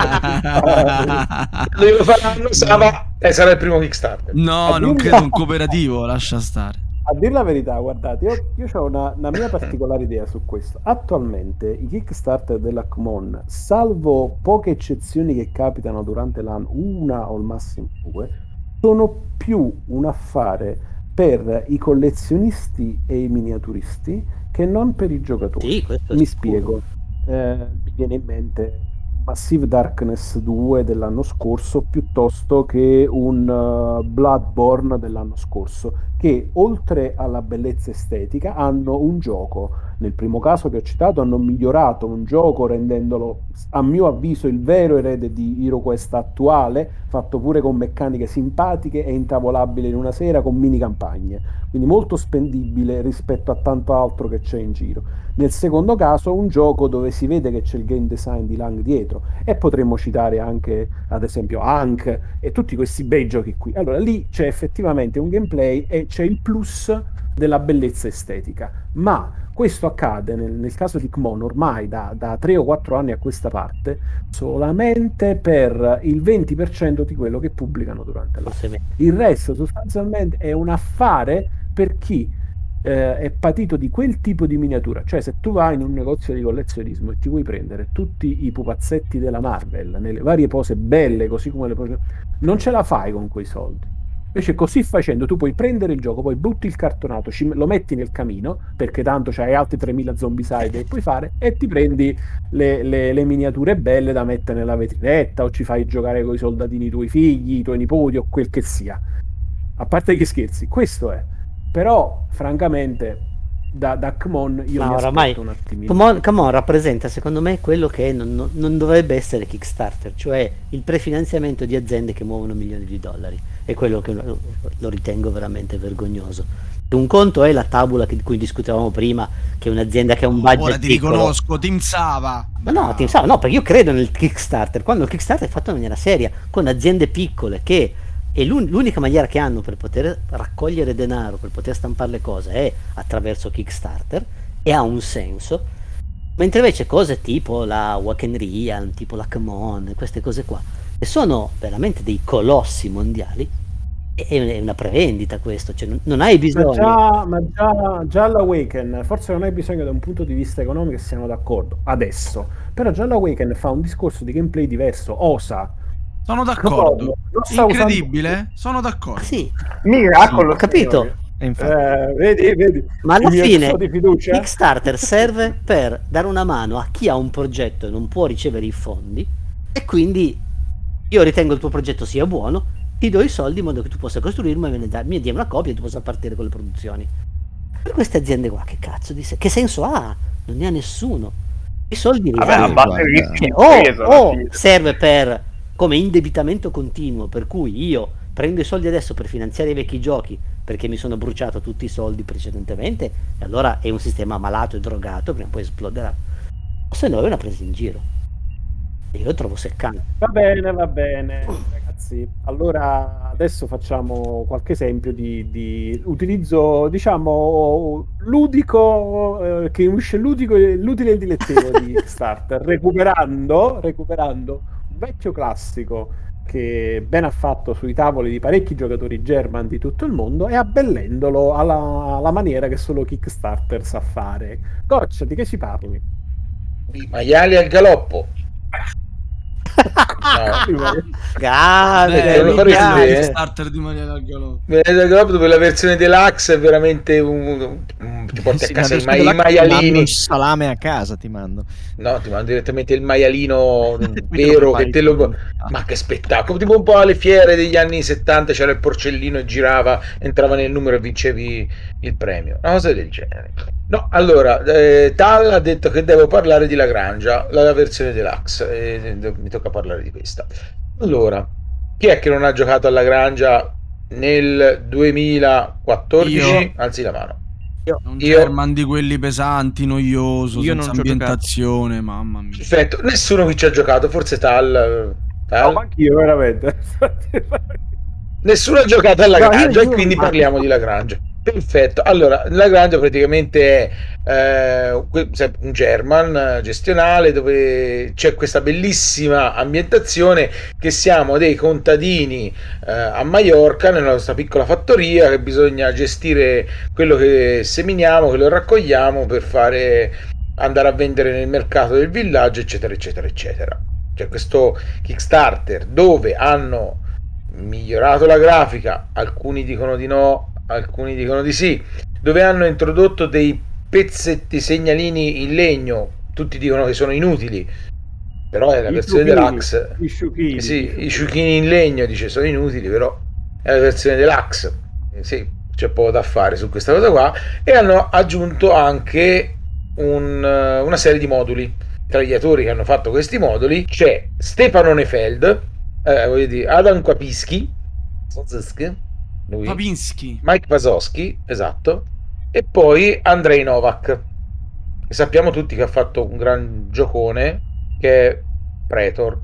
Quando lo faranno, Sava eh, sarà il primo Kickstarter. No, non credo un cooperativo, lascia stare. A dire la verità, guardate, io, io ho una, una mia particolare idea su questo. Attualmente i Kickstarter della Kmon, salvo poche eccezioni che capitano durante l'anno, una o al massimo due, sono più un affare per i collezionisti e i miniaturisti che non per i giocatori. sì, questo è Mi sicuro. spiego. Eh, mi viene in mente Massive Darkness due dell'anno scorso piuttosto che un uh, Bloodborne dell'anno scorso, che oltre alla bellezza estetica hanno un gioco. Nel primo caso che ho citato hanno migliorato un gioco rendendolo, a mio avviso, il vero erede di HeroQuest attuale, fatto pure con meccaniche simpatiche e intavolabile in una sera con mini campagne, quindi molto spendibile rispetto a tanto altro che c'è in giro. Nel secondo caso un gioco dove si vede che c'è il game design di Lang dietro, e potremmo citare anche ad esempio Hank e tutti questi bei giochi qui. Allora lì c'è effettivamente un gameplay e c'è il plus della bellezza estetica, ma questo accade nel, nel caso di Kmon ormai da, da tre o quattro anni a questa parte solamente per il venti per cento di quello che pubblicano durante l'anno. Forse me- Il resto sostanzialmente è un affare per chi eh, è patito di quel tipo di miniatura. Cioè, se tu vai in un negozio di collezionismo e ti vuoi prendere tutti i pupazzetti della Marvel nelle varie pose belle, così come le pose, non ce la fai con quei soldi. Invece così facendo tu puoi prendere il gioco, poi butti il cartonato, ci- lo metti nel camino, perché tanto c'hai altri tremila zombicide che puoi fare, e ti prendi le, le- le miniature belle da mettere nella vetrinetta, o ci fai giocare con i soldatini i tuoi figli, i tuoi nipoti, o quel che sia. A parte gli scherzi, questo è. Però, francamente, da, da Kmon io Ma mi oramai aspetto un attimino. Come on, come on rappresenta secondo me quello che non, non- non dovrebbe essere Kickstarter, cioè il prefinanziamento di aziende che muovono milioni di dollari. È quello che lo, lo ritengo veramente vergognoso. Un conto è la tabula che- di cui discutevamo prima, che è un'azienda che ha un budget Ora ti piccolo. riconosco, Team Sava. Ma no, ti sa- no, perché io credo nel Kickstarter, quando il Kickstarter è fatto in maniera seria, con aziende piccole, che è l'un- l'unica maniera che hanno per poter raccogliere denaro, per poter stampare le cose, è attraverso Kickstarter, e ha un senso. Mentre invece cose tipo la Wacken Real, tipo la Kmon, queste cose qua, che sono veramente dei colossi mondiali, è è una prevendita questo, cioè non, non hai Ma bisogno. già, ma già, già l'Awaken, forse non hai bisogno da un punto di vista economico, e siamo d'accordo, adesso. Però già l'Awaken fa un discorso di gameplay diverso, osa. Sono d'accordo. Non sta usando- Incredibile? Sono d'accordo. Ah, sì, Miracolo, ho capito. signori. E infatti, Eh, vedi, vedi. Ma alla Il mio fine exo di fiducia? Kickstarter serve per dare una mano a chi ha un progetto e non può ricevere i fondi, e quindi io ritengo il tuo progetto sia buono, ti do i soldi in modo che tu possa costruirmi e me ne dai- mi dia una copia e tu possa partire con le produzioni. Per queste aziende qua, che cazzo di se- che senso ha? Non ne ha nessuno. I soldi li Vabbè, hai. abbatte il guarda. rischio Cioè, o, impresa, alla o fine. serve per come indebitamento continuo, per cui io prendo i soldi adesso per finanziare i vecchi giochi perché mi sono bruciato tutti i soldi precedentemente, e allora è un sistema malato e drogato, prima o poi esploderà. O se no è una presa in giro. E io lo trovo seccante. Va bene, va bene. Ragazzi, ragazzi, allora adesso facciamo qualche esempio di, di utilizzo, diciamo, ludico, eh, che unisce ludico, l'utile e il dilettevole di Kickstarter, recuperando, recuperando un vecchio classico che ben ha fatto sui tavoli di parecchi giocatori German di tutto il mondo e abbellendolo alla, alla maniera che solo Kickstarter sa fare. Goccia, di che ci parli? Di maiali al galoppo. No. Grande, Eh, lo faresti grande. te, eh? starter di Mariano al galoppo. Maiali al galoppo, dove la versione deluxe è veramente un, un- ti porti a Sì, casa i, adesso ma- te i la- ti mando maialini. il salame a casa, ti mando. No, ti mando direttamente il maialino Poi te lo vero che prepari te lo... tu. Ma che spettacolo! Tipo un po' alle fiere degli anni settanta c'era il porcellino e girava, entrava nel numero e vincevi il premio. Una cosa del genere. No, allora, eh, Tal ha detto che devo parlare di Lagrangia, la versione deluxe, e eh, mi tocca parlare di questa. Allora, chi è che non ha giocato a Lagrangia nel duemilaquattordici? Io. Alzi la mano. Un Io- German di quelli pesanti, noioso, Io non senza ci ho giocato. ambientazione, mamma mia. Perfetto, nessuno qui ci ha giocato, forse Tal... No, Tal? ma anch'io, veramente. Nessuno ha giocato a No, Lagrangia io e giuro, quindi ma- parliamo di Lagrangia. Perfetto. Allora, Lagrangia praticamente è eh, que- se- un German eh, gestionale dove c'è questa bellissima ambientazione che siamo dei contadini eh, a Maiorca, nella nostra piccola fattoria, che bisogna gestire quello che seminiamo, che lo raccogliamo per fare andare a vendere nel mercato del villaggio, eccetera, eccetera, eccetera. C'è questo Kickstarter dove hanno migliorato la grafica, alcuni dicono di no, alcuni dicono di sì, dove hanno introdotto dei pezzetti segnalini in legno, tutti dicono che sono inutili, però è la I versione sciuchini, deluxe. i sciuchini, Eh sì, i i sciuchini. sciuchini in legno dice sono inutili, però è la versione deluxe. Eh sì, c'è poco da fare su questa cosa qua. E hanno aggiunto anche un, eh, una serie di moduli. Tra gli autori che hanno fatto questi moduli c'è Stefano Nefeld, eh, voglio dire, Adam Kwapiski, lui, Papinski. Mike Wazowski, esatto, e poi Andrei Novak, che sappiamo tutti che ha fatto un gran giocone che è Praetor.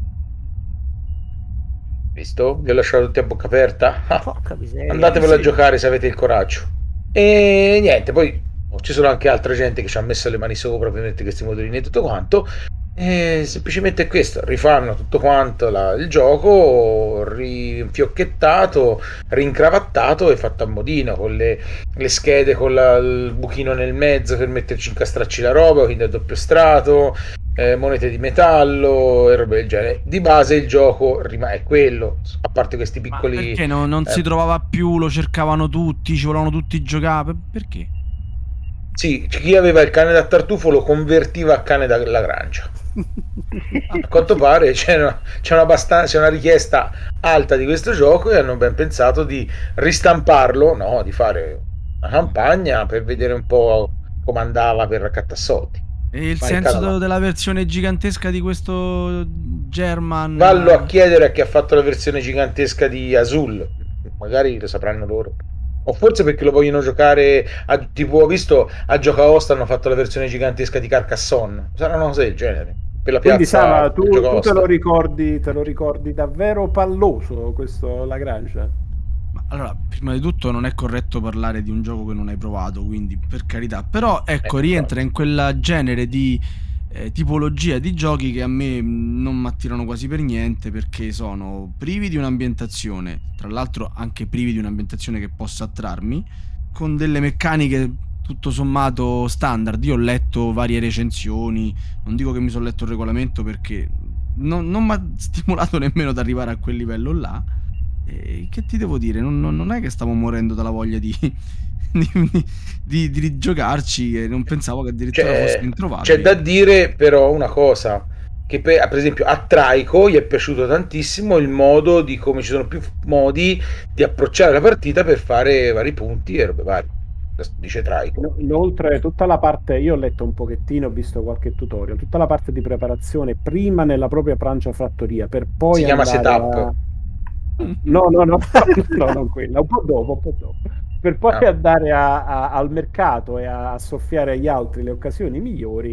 Visto? Vi ho lasciato tutti a bocca aperta. Ah, Porca miseria. andatevelo Sì. a giocare se avete il coraggio. E niente, poi ci sono anche altra gente che ci ha messo le mani sopra per mettere questi modulini e tutto quanto. E semplicemente è questo: rifanno tutto quanto la- il gioco rinfiocchettato, rincravattato e fatto a modino con le, le schede con la- il buchino nel mezzo per metterci incastrarci la roba, quindi a doppio strato, eh, monete di metallo e robe del genere. Di base il gioco rimane quello, a parte questi Ma piccoli. perché no- non si eh, trovava più, lo cercavano tutti, ci volevano tutti giocare? Per- Perché? Sì, chi aveva il cane da tartufo lo convertiva a cane da Lagrangia. A quanto pare c'è una, c'è una, abbastan- c'è una richiesta alta di questo gioco e hanno ben pensato di ristamparlo, no, di fare una campagna per vedere un po' come andava per raccattare soldi. E il Ma senso ricada- de- della versione gigantesca di questo German... Vallo a chiedere a chi ha fatto la versione gigantesca di Azul, magari lo sapranno loro. O forse perché lo vogliono giocare a, tipo ho visto a Giocaosta hanno fatto la versione gigantesca di Carcassonne, sarà una cosa del genere per la Quindi piazza Sava, tu, tu Giocaosta. te lo ricordi, te lo ricordi davvero palloso questo Lagrangia? Ma allora, prima di tutto non è corretto parlare di un gioco che non hai provato, quindi per carità. Però ecco, Eh, rientra in quella genere di eh, tipologia di giochi che a me mh, non mi attirano quasi per niente, perché sono privi di un'ambientazione, tra l'altro anche privi di un'ambientazione che possa attrarmi, con delle meccaniche tutto sommato standard. Io ho letto varie recensioni, non dico che mi sono letto il regolamento perché non, non mi ha stimolato nemmeno ad arrivare a quel livello là. E che ti devo dire? Non, non- non è che stavo morendo dalla voglia di, di, di, di rigiocarci, e non pensavo che addirittura fosse C'è, introvabile. c'è da dire però una cosa, che per, per esempio a Traico gli è piaciuto tantissimo il modo di come ci sono più modi di approcciare la partita per fare vari punti e robe varie. Dice Traico. No- Inoltre tutta la parte, io ho letto un pochettino, ho visto qualche tutorial, tutta la parte di preparazione prima nella propria plancia fattoria per poi Si chiama andare setup. a... No, no, no, no, non quella, un po' dopo, un po' dopo. Per poi Ah. andare a- a- al mercato e a soffiare agli altri le occasioni migliori,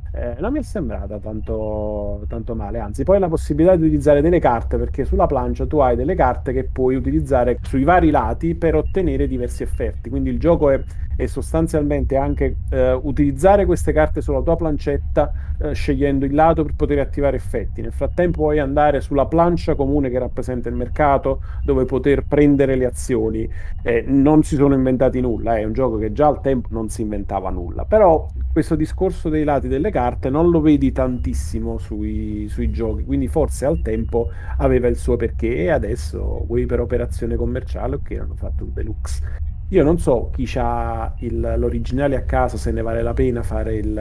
Eh, non mi è sembrata tanto, tanto male, anzi poi la possibilità di utilizzare delle carte, perché sulla plancia tu hai delle carte che puoi utilizzare sui vari lati per ottenere diversi effetti, quindi il gioco è, è sostanzialmente anche eh, utilizzare queste carte sulla tua plancetta, eh, scegliendo il lato per poter attivare effetti. Nel frattempo puoi andare sulla plancia comune che rappresenta il mercato, dove poter prendere le azioni. Eh, non si sono inventati nulla, è un gioco che già al tempo non si inventava nulla, però questo discorso dei lati delle carte non lo vedi tantissimo sui, sui giochi, quindi forse al tempo aveva il suo perché e adesso vuoi per operazione commerciale, ok, hanno fatto un deluxe. Io non so chi ha l'originale a casa, se ne vale la pena fare il,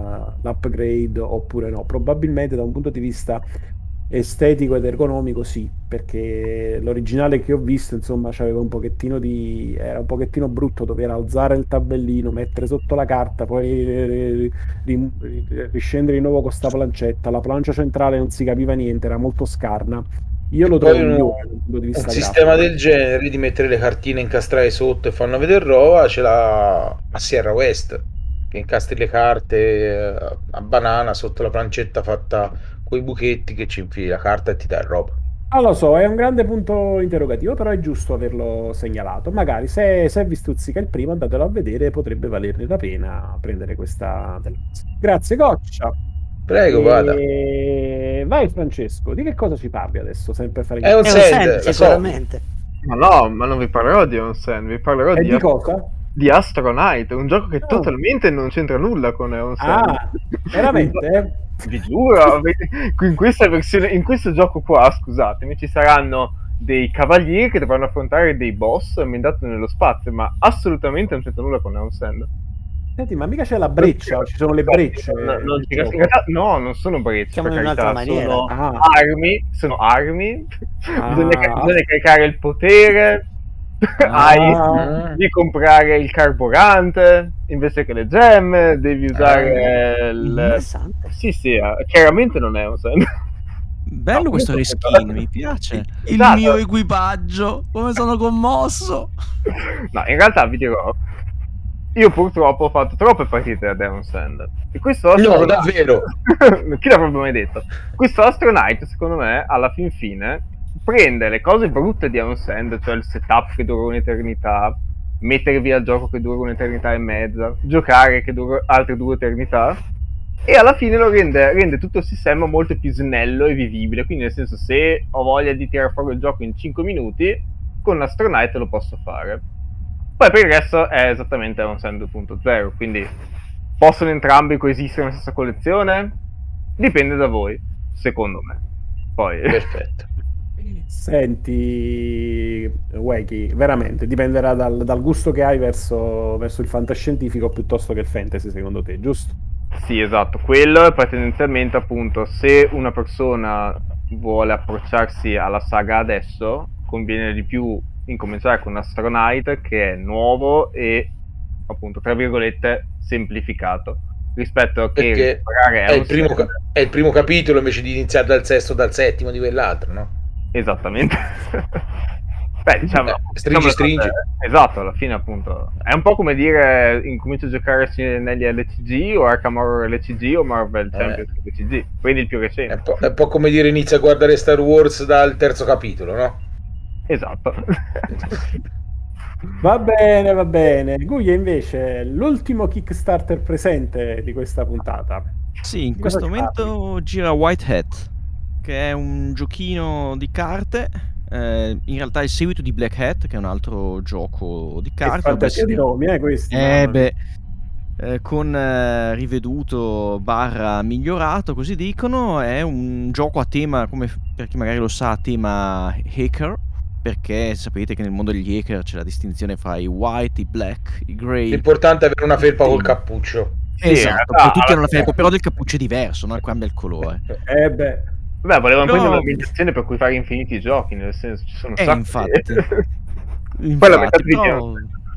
l'upgrade oppure no, probabilmente da un punto di vista estetico ed ergonomico sì, perché l'originale che ho visto insomma c'aveva un pochettino di era un pochettino brutto, dover alzare il tabellino, mettere sotto la carta, poi eh, ri- ri- riscendere di nuovo con sta plancetta, la plancia centrale non si capiva niente, era molto scarna. Io lo trovo Poi un, migliore dal punto di un vista sistema grafico. del genere di mettere le cartine incastrate sotto e fanno vedere roba ce l'ha a Sierra West, che incastri le carte eh, a banana sotto la plancetta fatta coi buchetti che ci infili la carta e ti dà roba. Non lo so, è un grande punto interrogativo, però è giusto averlo segnalato. Magari se, se vi stuzzica il primo, andatelo a vedere, potrebbe valerne la pena prendere questa deluxe. Grazie, Goccia. Prego, vada. E... Vai, Francesco, di che cosa ci parli adesso? Sempre fare È un È un send, send, lo so. sicuramente. Ma no, ma non vi parlerò di Onsen, vi parlerò E di, di cosa? di Astro Knight, un gioco che Oh. totalmente non c'entra nulla con Onsen. Ah, veramente? Vi giuro, in questa versione, in questo gioco qua, scusatemi, ci saranno dei cavalieri che dovranno affrontare dei boss ambientati nello spazio, ma assolutamente non c'entra nulla con Onsen. Senti, ma mica c'è la breccia, ci sono le brecce. No, no, nel in gioco. realtà no, non sono brecce, Chiamano per in un'altra carità, maniera. sono Ah. armi, sono armi, Ah. bisogna, bisogna caricare il potere, Ah. hai Ah. di comprare il carburante invece che le gemme, devi usare il... Interessante. Sì, sì, eh, chiaramente non è un senso. Bello No, questo questo- reskin, mi piace. Il Esatto. mio equipaggio, come sono commosso. No, in realtà vi dirò, io purtroppo ho fatto troppe partite da Demon Sand. E questo Astro No, Knight- davvero? Chi l'avrebbe mai detto? Questo Astro Knight, secondo me, alla fin fine, prende le cose brutte di Demon Sand, cioè il setup che dura un'eternità, mettere via il gioco che dura un'eternità e mezza, giocare che dura altre due eternità, e alla fine lo rende, rende tutto il sistema molto più snello e vivibile. Quindi, nel senso, se ho voglia di tirare fuori il gioco in cinque minuti, con Astro Knight lo posso fare. Poi per il resto è esattamente un Sand due punto zero, quindi possono entrambi coesistere nella stessa collezione? Dipende da voi, secondo me. Poi Perfetto. Senti, Weki, veramente dipenderà dal, dal gusto che hai verso, verso il fantascientifico piuttosto che il fantasy, secondo te, giusto? sì, esatto, quello è poi tendenzialmente appunto se una persona vuole approcciarsi alla saga adesso, conviene di più incominciare con Astro Knight, che è nuovo e appunto tra virgolette semplificato rispetto a che Perché magari è il, un primo, set- ca- è il primo capitolo invece di iniziare dal sesto o dal settimo di quell'altro, no? Esattamente. Beh, diciamo, Eh, stringi, diciamo le stringi. cose- esatto, alla fine appunto è un po' come dire incomincio a giocare negli L C G o Arkham Horror L C G o Marvel Champions L C G, prendi il più È recente. un, po', è un po' come dire inizia a guardare Star Wars dal terzo capitolo, no? Esatto. Va bene, va bene. Guglia invece, l'ultimo Kickstarter presente di questa puntata. Sì, in Di questo cosa ci momento gira White Hat, che è un giochino di carte. eh, in realtà è il seguito di Black Hat, che è un altro gioco di Che carte. fantasia di nomi, eh, questi. Eh mamma mia. beh, eh, con eh, riveduto barra migliorato, così dicono. È un gioco a tema, come f- per chi magari lo sa, a tema hacker, perché sapete che nel mondo degli hacker c'è la distinzione fra i white, i black, i grey. L'importante è avere una felpa col Sì. cappuccio. Sì, in Esatto, realtà, perché tutti alla hanno la fine- felpa, però del cappuccio è diverso, no? Cambia il colore. Eh beh, Beh, volevano Però- prendere l'ambientazione per cui fare infiniti giochi, nel senso ci sono un Eh, sacco infatti. di... Poi la Infatti, metà di però...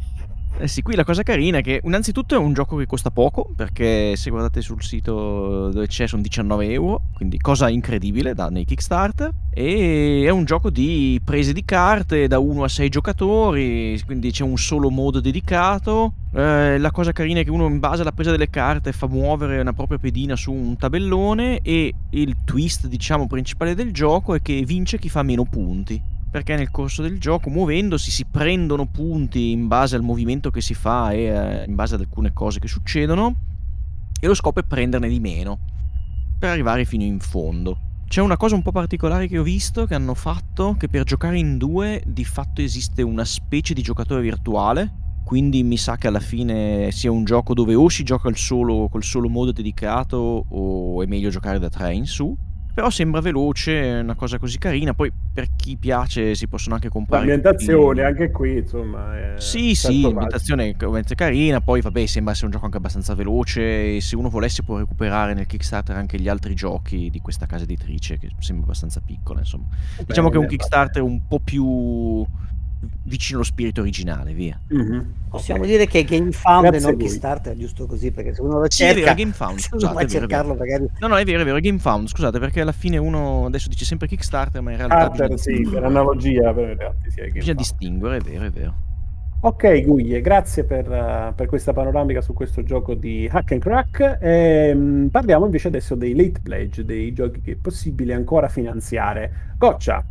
Eh sì, qui la cosa carina è che innanzitutto è un gioco che costa poco, perché se guardate sul sito dove c'è sono diciannove euro, quindi cosa incredibile da, nei Kickstarter, e è un gioco di prese di carte da uno a sei giocatori, quindi c'è un solo modo dedicato. Eh, la cosa carina è che uno in base alla presa delle carte fa muovere una propria pedina su un tabellone, e il twist diciamo principale del gioco è che vince chi fa meno punti, perché nel corso del gioco, muovendosi, si prendono punti in base al movimento che si fa e eh, in base ad alcune cose che succedono, e lo scopo è prenderne di meno per arrivare fino in fondo. C'è una cosa un po' particolare che ho visto che hanno fatto, che per giocare in due di fatto esiste una specie di giocatore virtuale, quindi mi sa che alla fine sia un gioco dove o si gioca il solo, col solo modo dedicato, o è meglio giocare da tre in su. Però sembra veloce, è una cosa così carina. Poi per chi piace si possono anche comprare l'ambientazione tutti... anche qui insomma è sì sì, l'ambientazione è ovviamente carina. Poi vabbè, sembra essere un gioco anche abbastanza veloce, e se uno volesse può recuperare nel Kickstarter anche gli altri giochi di questa casa editrice, che sembra abbastanza piccola, insomma. Bene, diciamo che è un bene. Kickstarter un po' più vicino allo spirito originale, via. Mm-hmm. Possiamo Okay. dire che è GameFound e Grazie non a voi. Kickstarter, giusto così, perché se uno lo Sì, è vero, cerca, è GameFound, se uno scusate, va a è vero, è vero. cercarlo magari... No, no, è vero, è vero, è GameFound, scusate, perché alla fine uno adesso dice sempre Kickstarter, ma in realtà Carter, bisogna sì, distinguere. per analogia per realtà, sì, è Bisogna GameFound. distinguere, è vero, è vero. Ok, Guglie, grazie per, uh, per questa panoramica su questo gioco di Hack and Crack. Ehm, parliamo invece adesso dei late pledge, dei giochi che è possibile ancora finanziare. Goccia.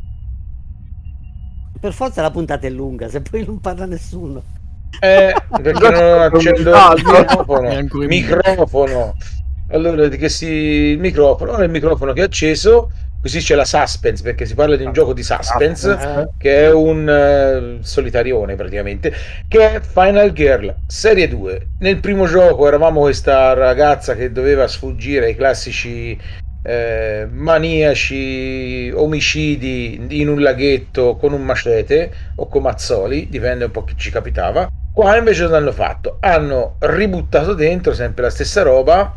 Per forza la puntata è lunga, se poi non parla nessuno. Eh, perché non accendo il microfono. È ancora in Microfono. Allora, di che si... il microfono, non è il microfono che è acceso, così c'è la suspense, perché si parla di un gioco di suspense, Eh, che è un eh, solitarione praticamente, che è Final Girl Serie due. Nel primo gioco eravamo questa ragazza che doveva sfuggire ai classici eh, maniaci omicidi in un laghetto con un macete o con mazzoli, dipende un po' chi ci capitava. Qua invece cosa hanno fatto? Hanno ributtato dentro sempre la stessa roba,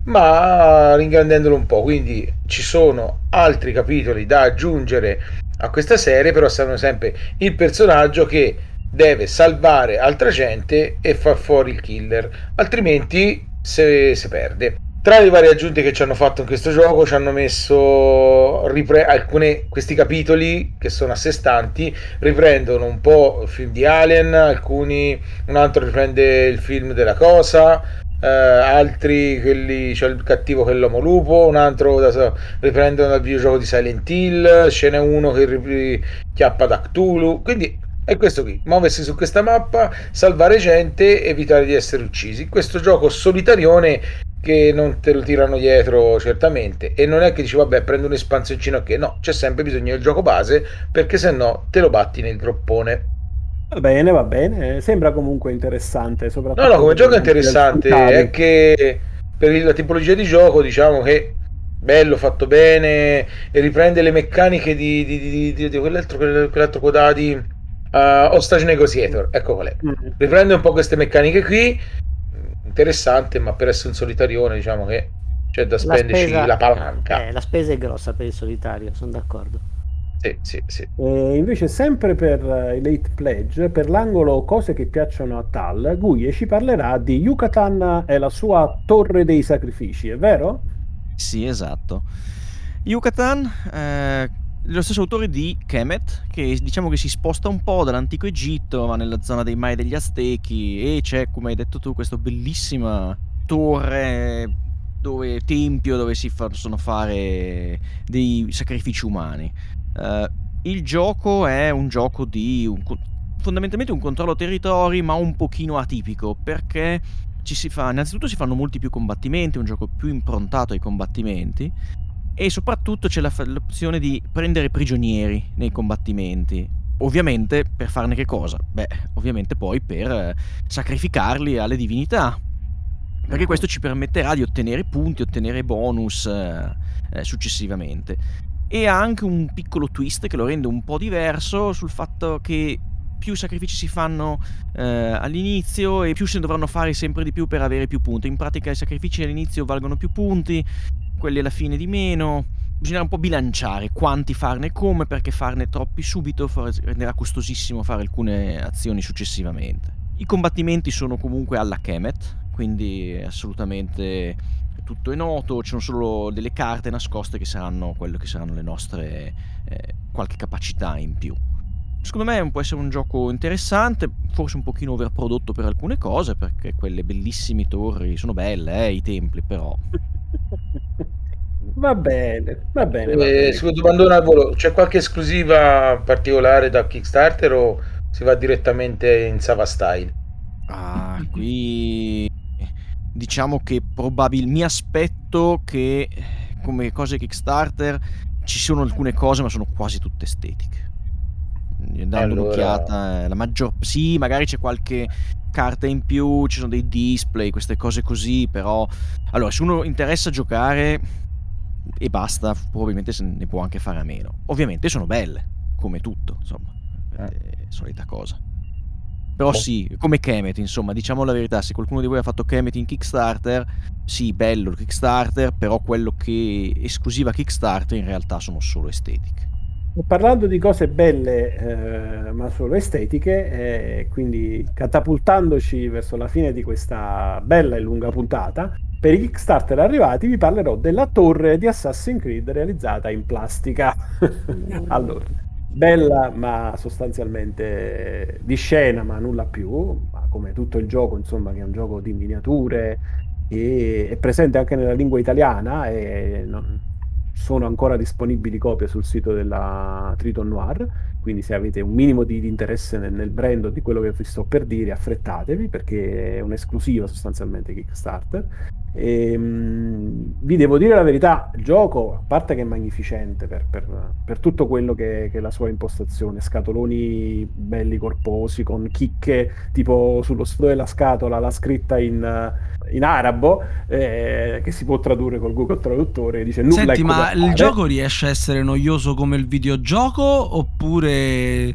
ma ringrandendolo un po', quindi ci sono altri capitoli da aggiungere a questa serie, però stanno sempre il personaggio che deve salvare altra gente e far fuori il killer, altrimenti se, se perde. Tra le varie aggiunte che ci hanno fatto in questo gioco ci hanno messo ripre- alcune questi capitoli che sono a sé stanti, riprendono un po' il film di Alien, alcuni un altro riprende il film della Cosa, eh, altri quelli c'è il cattivo che è l'uomo lupo, un altro da, riprendono dal videogioco di Silent Hill, ce n'è uno che ri- chiappa da Cthulhu, quindi è questo qui, muoversi su questa mappa, salvare gente, evitare di essere uccisi. Questo gioco solitarione che non te lo tirano dietro certamente, e non è che dici vabbè prendo un'espansioncina, che no, c'è sempre bisogno del gioco base, perché se no te lo batti nel groppone. Va bene, va bene, sembra comunque interessante, soprattutto No, no, come per gioco è i punti del interessante, frontale. è che per la tipologia di gioco diciamo che bello, fatto bene, e riprende le meccaniche di, di, di, di, di quell'altro, quell'altro coda di uh, Hostage Negotiator, ecco qual è. Mm. Riprende un po' queste meccaniche qui, interessante, ma per essere un solitarione diciamo che c'è da La spenderci spesa, la palanca. eh, la spesa è grossa per il solitario, sono d'accordo. Sì, sì, sì. E invece sempre per eh, i late pledge, per l'angolo cose che piacciono a Tal, Guye ci parlerà di Yucatan e la sua torre dei sacrifici, è vero? Sì, esatto. Yucatan, eh, lo stesso autore di Kemet, che diciamo che si sposta un po' dall'antico Egitto, ma nella zona dei Mai degli Aztechi, e c'è, come hai detto tu, questa bellissima torre, dove tempio, dove si possono fare dei sacrifici umani. Uh, il gioco è un gioco di un, fondamentalmente un controllo territori, ma un pochino atipico, perché ci si fa, innanzitutto si fanno molti più combattimenti, è un gioco più improntato ai combattimenti, e soprattutto c'è la, l'opzione di prendere prigionieri nei combattimenti. Ovviamente per farne che cosa? Beh, ovviamente poi per eh, sacrificarli alle divinità, perché questo ci permetterà di ottenere punti, ottenere bonus eh, eh, successivamente. E ha anche un piccolo twist che lo rende un po' diverso, sul fatto che più sacrifici si fanno eh, all'inizio e più se ne dovranno fare sempre di più per avere più punti. In pratica i sacrifici all'inizio valgono più punti, quelli alla fine di meno. Bisognerà un po' bilanciare quanti farne e come, perché farne troppi subito renderà costosissimo fare alcune azioni successivamente. I combattimenti sono comunque alla Kemet, quindi assolutamente tutto è noto, ci sono solo delle carte nascoste che saranno quello che saranno le nostre eh, qualche capacità in più. Secondo me può essere un gioco interessante, forse un pochino overprodotto per alcune cose, perché quelle bellissime torri sono belle, eh, i templi, però. Va bene, va bene. Va Eh, bene. scusa, domandone al volo, c'è qualche esclusiva particolare da Kickstarter o si va direttamente in Sava Style? Ah, qui diciamo che probabilmente mi aspetto che come cose Kickstarter ci sono alcune cose, ma sono quasi tutte estetiche. Dando Allora- un'occhiata, eh, la maggior sì, magari c'è qualche carta in più, ci sono dei display, queste cose così, però allora se uno interessa giocare e basta, probabilmente se ne può anche fare a meno. Ovviamente sono belle, come tutto, insomma, eh, solita cosa. Però sì, come Kemet, insomma, diciamo la verità, se qualcuno di voi ha fatto Kemet in Kickstarter, sì, bello il Kickstarter, però quello che esclusiva Kickstarter in realtà sono solo estetiche. Parlando di cose belle, eh, ma solo estetiche, eh, quindi catapultandoci verso la fine di questa bella e lunga puntata, per i Kickstarter arrivati vi parlerò della torre di Assassin's Creed realizzata in plastica. Allora, bella ma sostanzialmente di scena, ma nulla più, ma come tutto il gioco, insomma, che è un gioco di miniature e è presente anche nella lingua italiana e non... sono ancora disponibili copie sul sito della Triton Noir, quindi se avete un minimo di, di interesse nel, nel brand o di quello che vi sto per dire, affrettatevi perché è un'esclusiva sostanzialmente Kickstarter. E, mh, vi devo dire la verità, il gioco, a parte che è magnificente per, per, per tutto quello che, che è la sua impostazione, scatoloni belli corposi con chicche tipo sullo sfondo della scatola, la scritta in, in arabo, eh, che si può tradurre col Google Traduttore, dice nulla. Senti, ecco da ma il fare. gioco riesce a essere noioso come il videogioco oppure...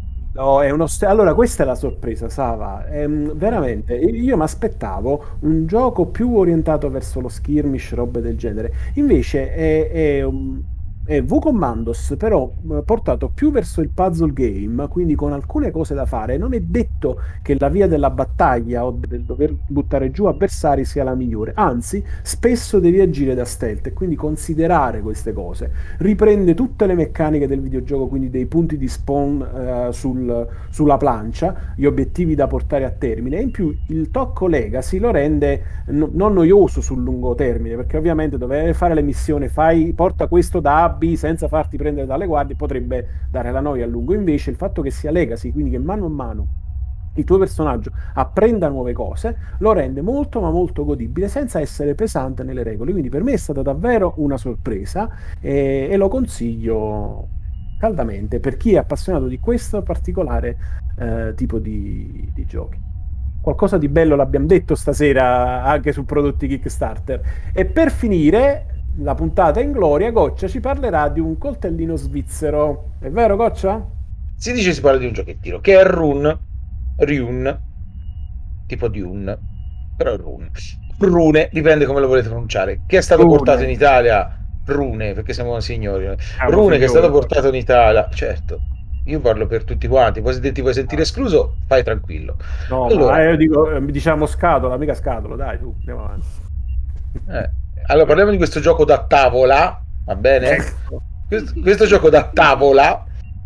No, è uno st- allora questa è la sorpresa, Sava. Ehm, veramente, io mi aspettavo un gioco più orientato verso lo skirmish, robe del genere. Invece è, è, um, è V-Commandos, però eh, portato più verso il puzzle game, quindi con alcune cose da fare. Non è detto che la via della battaglia o del dover buttare giù avversari sia la migliore. Anzi, spesso devi agire da stealth e quindi considerare queste cose. Riprende tutte le meccaniche del videogioco, quindi dei punti di spawn eh, sul, sulla plancia, gli obiettivi da portare a termine, e in più il tocco legacy lo rende no, non noioso sul lungo termine, perché ovviamente dover fare le missioni, fai, porta questo da A a B senza farti prendere dalle guardie, potrebbe dare la noia a lungo. Invece il fatto che sia legacy, quindi che mano a mano il tuo personaggio apprenda nuove cose, lo rende molto ma molto godibile senza essere pesante nelle regole. Quindi per me è stata davvero una sorpresa e, e lo consiglio caldamente per chi è appassionato di questo particolare eh, tipo di, di giochi. Qualcosa di bello l'abbiamo detto stasera anche su prodotti Kickstarter. E per finire la puntata in gloria, Goccia ci parlerà di un coltellino svizzero. È vero, Goccia? Si dice si parla di un giochettino che è Rune, Rune, tipo di un, però è Rune. Rune, dipende come lo volete pronunciare, che è stato Rune. portato in Italia, Rune, perché siamo signori. Siamo Rune signori. che è stato portato in Italia, certo. Io parlo per tutti quanti, poi se ti vuoi sentire escluso, fai tranquillo. No, Allora- ma io dico, eh, diciamo scatola, mica scatola, dai, tu, andiamo avanti. Eh, allora parliamo di questo gioco da tavola, va bene? Ecco. Questo, questo gioco da tavola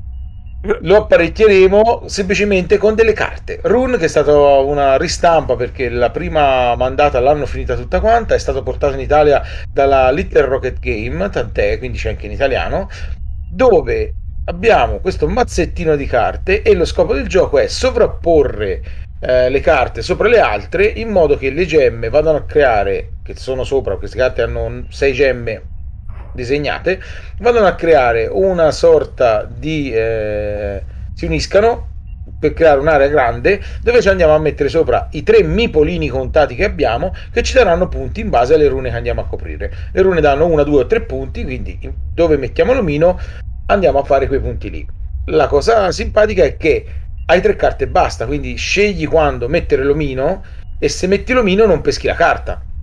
lo apparecchieremo semplicemente con delle carte. Rune, che è stata una ristampa perché la prima mandata l'hanno finita tutta quanta, è stato portato in Italia dalla Little Rocket Game, tant'è, quindi c'è anche in italiano, dove abbiamo questo mazzettino di carte e lo scopo del gioco è sovrapporre eh, le carte sopra le altre in modo che le gemme vadano a creare, che sono sopra, queste carte hanno sei gemme disegnate, vadano a creare una sorta di eh, si uniscano per creare un'area grande dove ci andiamo a mettere sopra i tre mipolini contati che abbiamo, che ci daranno punti in base alle rune che andiamo a coprire. Le rune danno uno, due o tre punti, quindi dove mettiamo l'omino andiamo a fare quei punti lì. La cosa simpatica è che hai tre carte e basta, quindi scegli quando mettere l'omino e se metti l'omino non peschi la carta.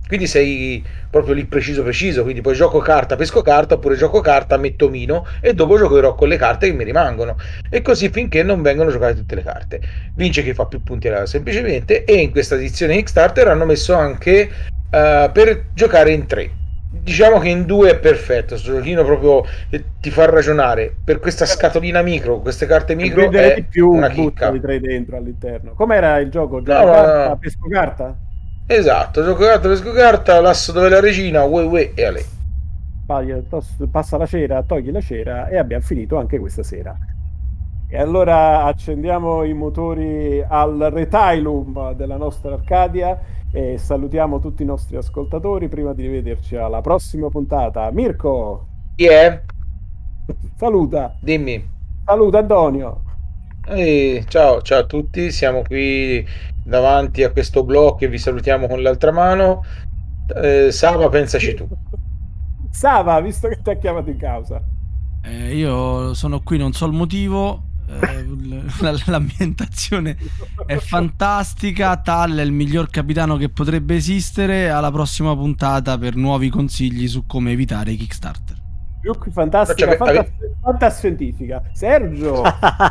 quindi sei proprio lì preciso preciso, quindi poi gioco carta, pesco carta, oppure gioco carta, metto mino e dopo giocherò con le carte che mi rimangono, e così finché non vengono giocate tutte le carte. Vince chi fa più punti alla- semplicemente. E in questa edizione Kickstarter hanno messo anche uh, per giocare in tre. Diciamo che in due è perfetto, sto giochino proprio eh, ti fa ragionare. Per questa scatolina micro, queste carte micro, Vendere di è più, una butta chicca. i tre dentro all'interno. Com'era il gioco? Gioco No, carta, no. pesco carta? Esatto, gioco carta, pesco carta, l'asso dove è la regina, ue ue e a lei. Paglia- tos- Passa la cera, togli la cera e abbiamo finito anche questa sera. E allora accendiamo i motori al retailum della nostra Arcadia e salutiamo tutti i nostri ascoltatori prima di rivederci alla prossima puntata. Mirko, Chi è? saluta. Dimmi. Saluta Antonio. Ehi, ciao, ciao a tutti, siamo qui davanti a questo blocco e vi salutiamo con l'altra mano. Eh, Sava, pensaci tu. Sava, visto che ti ha chiamato in causa. Eh, io sono qui, non so il motivo. eh, l- l'ambientazione è fantastica. Tal è il miglior capitano che potrebbe esistere. Alla prossima puntata per nuovi consigli su come evitare i Kickstarter. Più che fantastica, Faccia- fantas- fantascientifica. Sergio,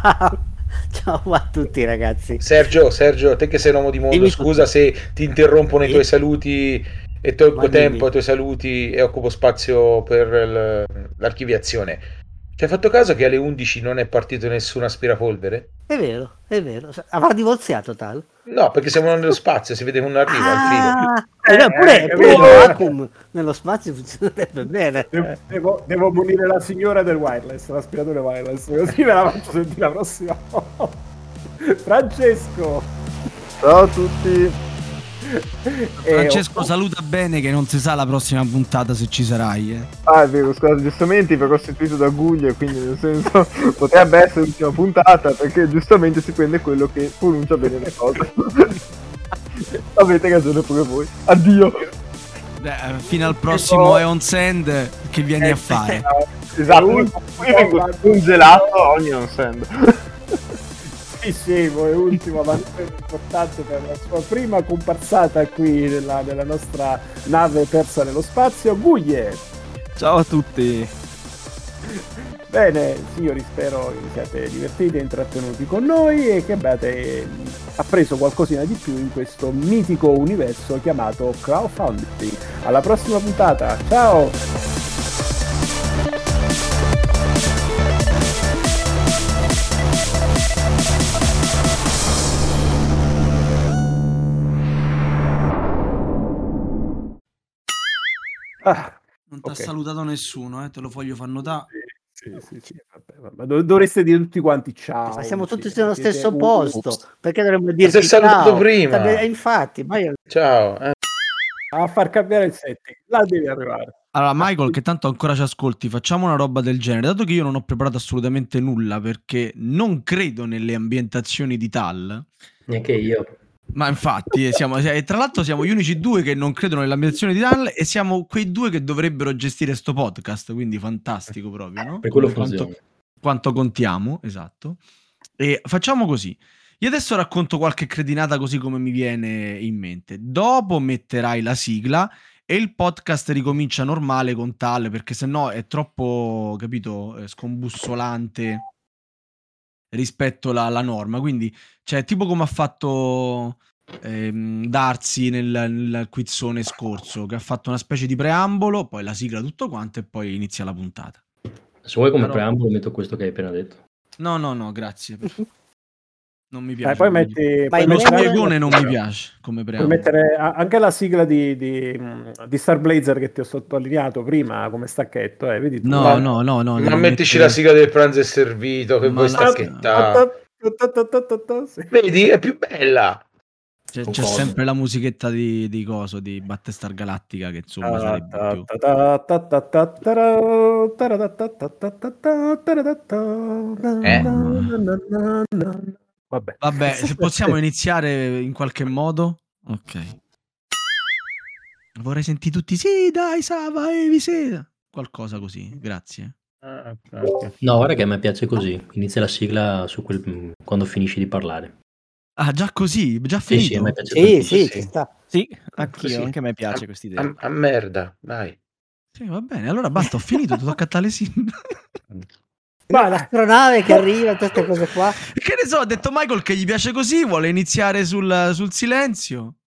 Ciao a tutti ragazzi. Sergio, Sergio, te che sei un uomo di mondo, Dimmi scusa tutto. se ti interrompo nei Sì. tuoi saluti e tolgo Ma tempo dimmi. ai tuoi saluti e occupo spazio per l- l'archiviazione. Ci hai fatto caso che alle undici non è partito nessun aspirapolvere? È vero, è vero. Avrà divorziato Tal? No, perché siamo nello spazio, si vede che non arriva il filo. Ah, eh, no, pure, Eh, pure il capito? vacuum nello spazio funzionerebbe bene. devo, devo, devo munire la signora del wireless, l'aspiratore wireless, così me la faccio sentire la prossima volta. Francesco. Ciao a tutti. E- Francesco, saluta bene che non si sa la prossima puntata se ci sarai. Eh. Ah, è vero, scusa, giustamente verrò sostituito da Guglia, quindi nel senso potrebbe essere l'ultima puntata perché giustamente si prende quello che pronuncia bene le cose. Avete ragione pure voi. Addio. Eh, fino al prossimo Eon Sand che vieni a fare. Esatto, io vengo congelato ogni on send. Sì, sì, poi ultimo, ma importante per la sua prima comparsata qui nella, nella nostra nave persa nello spazio, Guglie. Ciao a tutti. Bene, signori, spero vi siate divertiti e intrattenuti con noi e che abbiate appreso qualcosina di più in questo mitico universo chiamato crowdfunding. Alla prossima puntata, ciao! Ah, Non ti ha ok. salutato nessuno, eh, te lo voglio far notare. Sì, sì, sì, vabbè, vabbè. Dov- dovreste dire tutti quanti ciao. Ma siamo tutti insieme. nello Siete stesso un- posto. Perché dovremmo Ma dirci sei salutato ciao? prima. Vabbè, infatti, ma io... Ciao. eh. a far cambiare il setting. Là devi arrivare. Allora, Michael, che tanto ancora ci ascolti, facciamo una roba del genere. Dato che io non ho preparato assolutamente nulla perché non credo nelle ambientazioni di Tal, Neanche io. ma infatti, eh, siamo, e tra l'altro siamo gli unici due che non credono nelle ambientazioni di Tal e siamo quei due che dovrebbero gestire sto podcast, quindi fantastico proprio, no? Per quello Come funziona. quanto, quanto contiamo, esatto. E facciamo così. Io adesso racconto qualche cretinata così come mi viene in mente. Dopo metterai la sigla e il podcast ricomincia normale con Tal, perché sennò è troppo, capito, eh, scombussolante rispetto alla, alla norma. Quindi, cioè, tipo come ha fatto ehm, Darsi nel, nel quizzone scorso, che ha fatto una specie di preambolo, poi la sigla, tutto quanto, e poi inizia la puntata. Se vuoi come Però- preambolo metto questo che hai appena detto. No, no, no, grazie. Non mi Dai, piace. poi come- metti, Ma puoi il Lo mettere, nome- spiegone non mi piace come puoi preambolo. mettere a- anche la sigla di, di, di Star Blazer che ti ho sottolineato prima come stacchetto. Eh, vedi tu? No, Ma- no, no, no. Ma devo mettici mettere- la sigla del pranzo è servito, che Ma vuoi la- stacchettare. Sì. Vedi, è più bella. C'è, c'è Concordo. sempre la musichetta di, di coso, di Battlestar Galactica, che insomma Ah, sarebbe più... Eh? Vabbè. Vabbè, se possiamo iniziare in qualche modo. Ok. Vorrei sentire tutti, sì, dai, Sava, Evi, sì. Qualcosa così, grazie. Ah, ok, ok. No, guarda che a me piace così. Inizia la sigla su quel... quando finisci di parlare. Ah, già così? Già Sì, finito? sì, a me piace Sì, tantissimo. sì, sì. ci sta. Sì, anch'io, Così. anche a me piace A, questa idea. a- a merda, vai. Sì, va bene, allora basta, ho finito, ti tocca a Talesin. No, l'astronave che arriva, tutte queste cose qua. Che ne so, ha detto Michael che gli piace così, vuole iniziare sul, sul silenzio.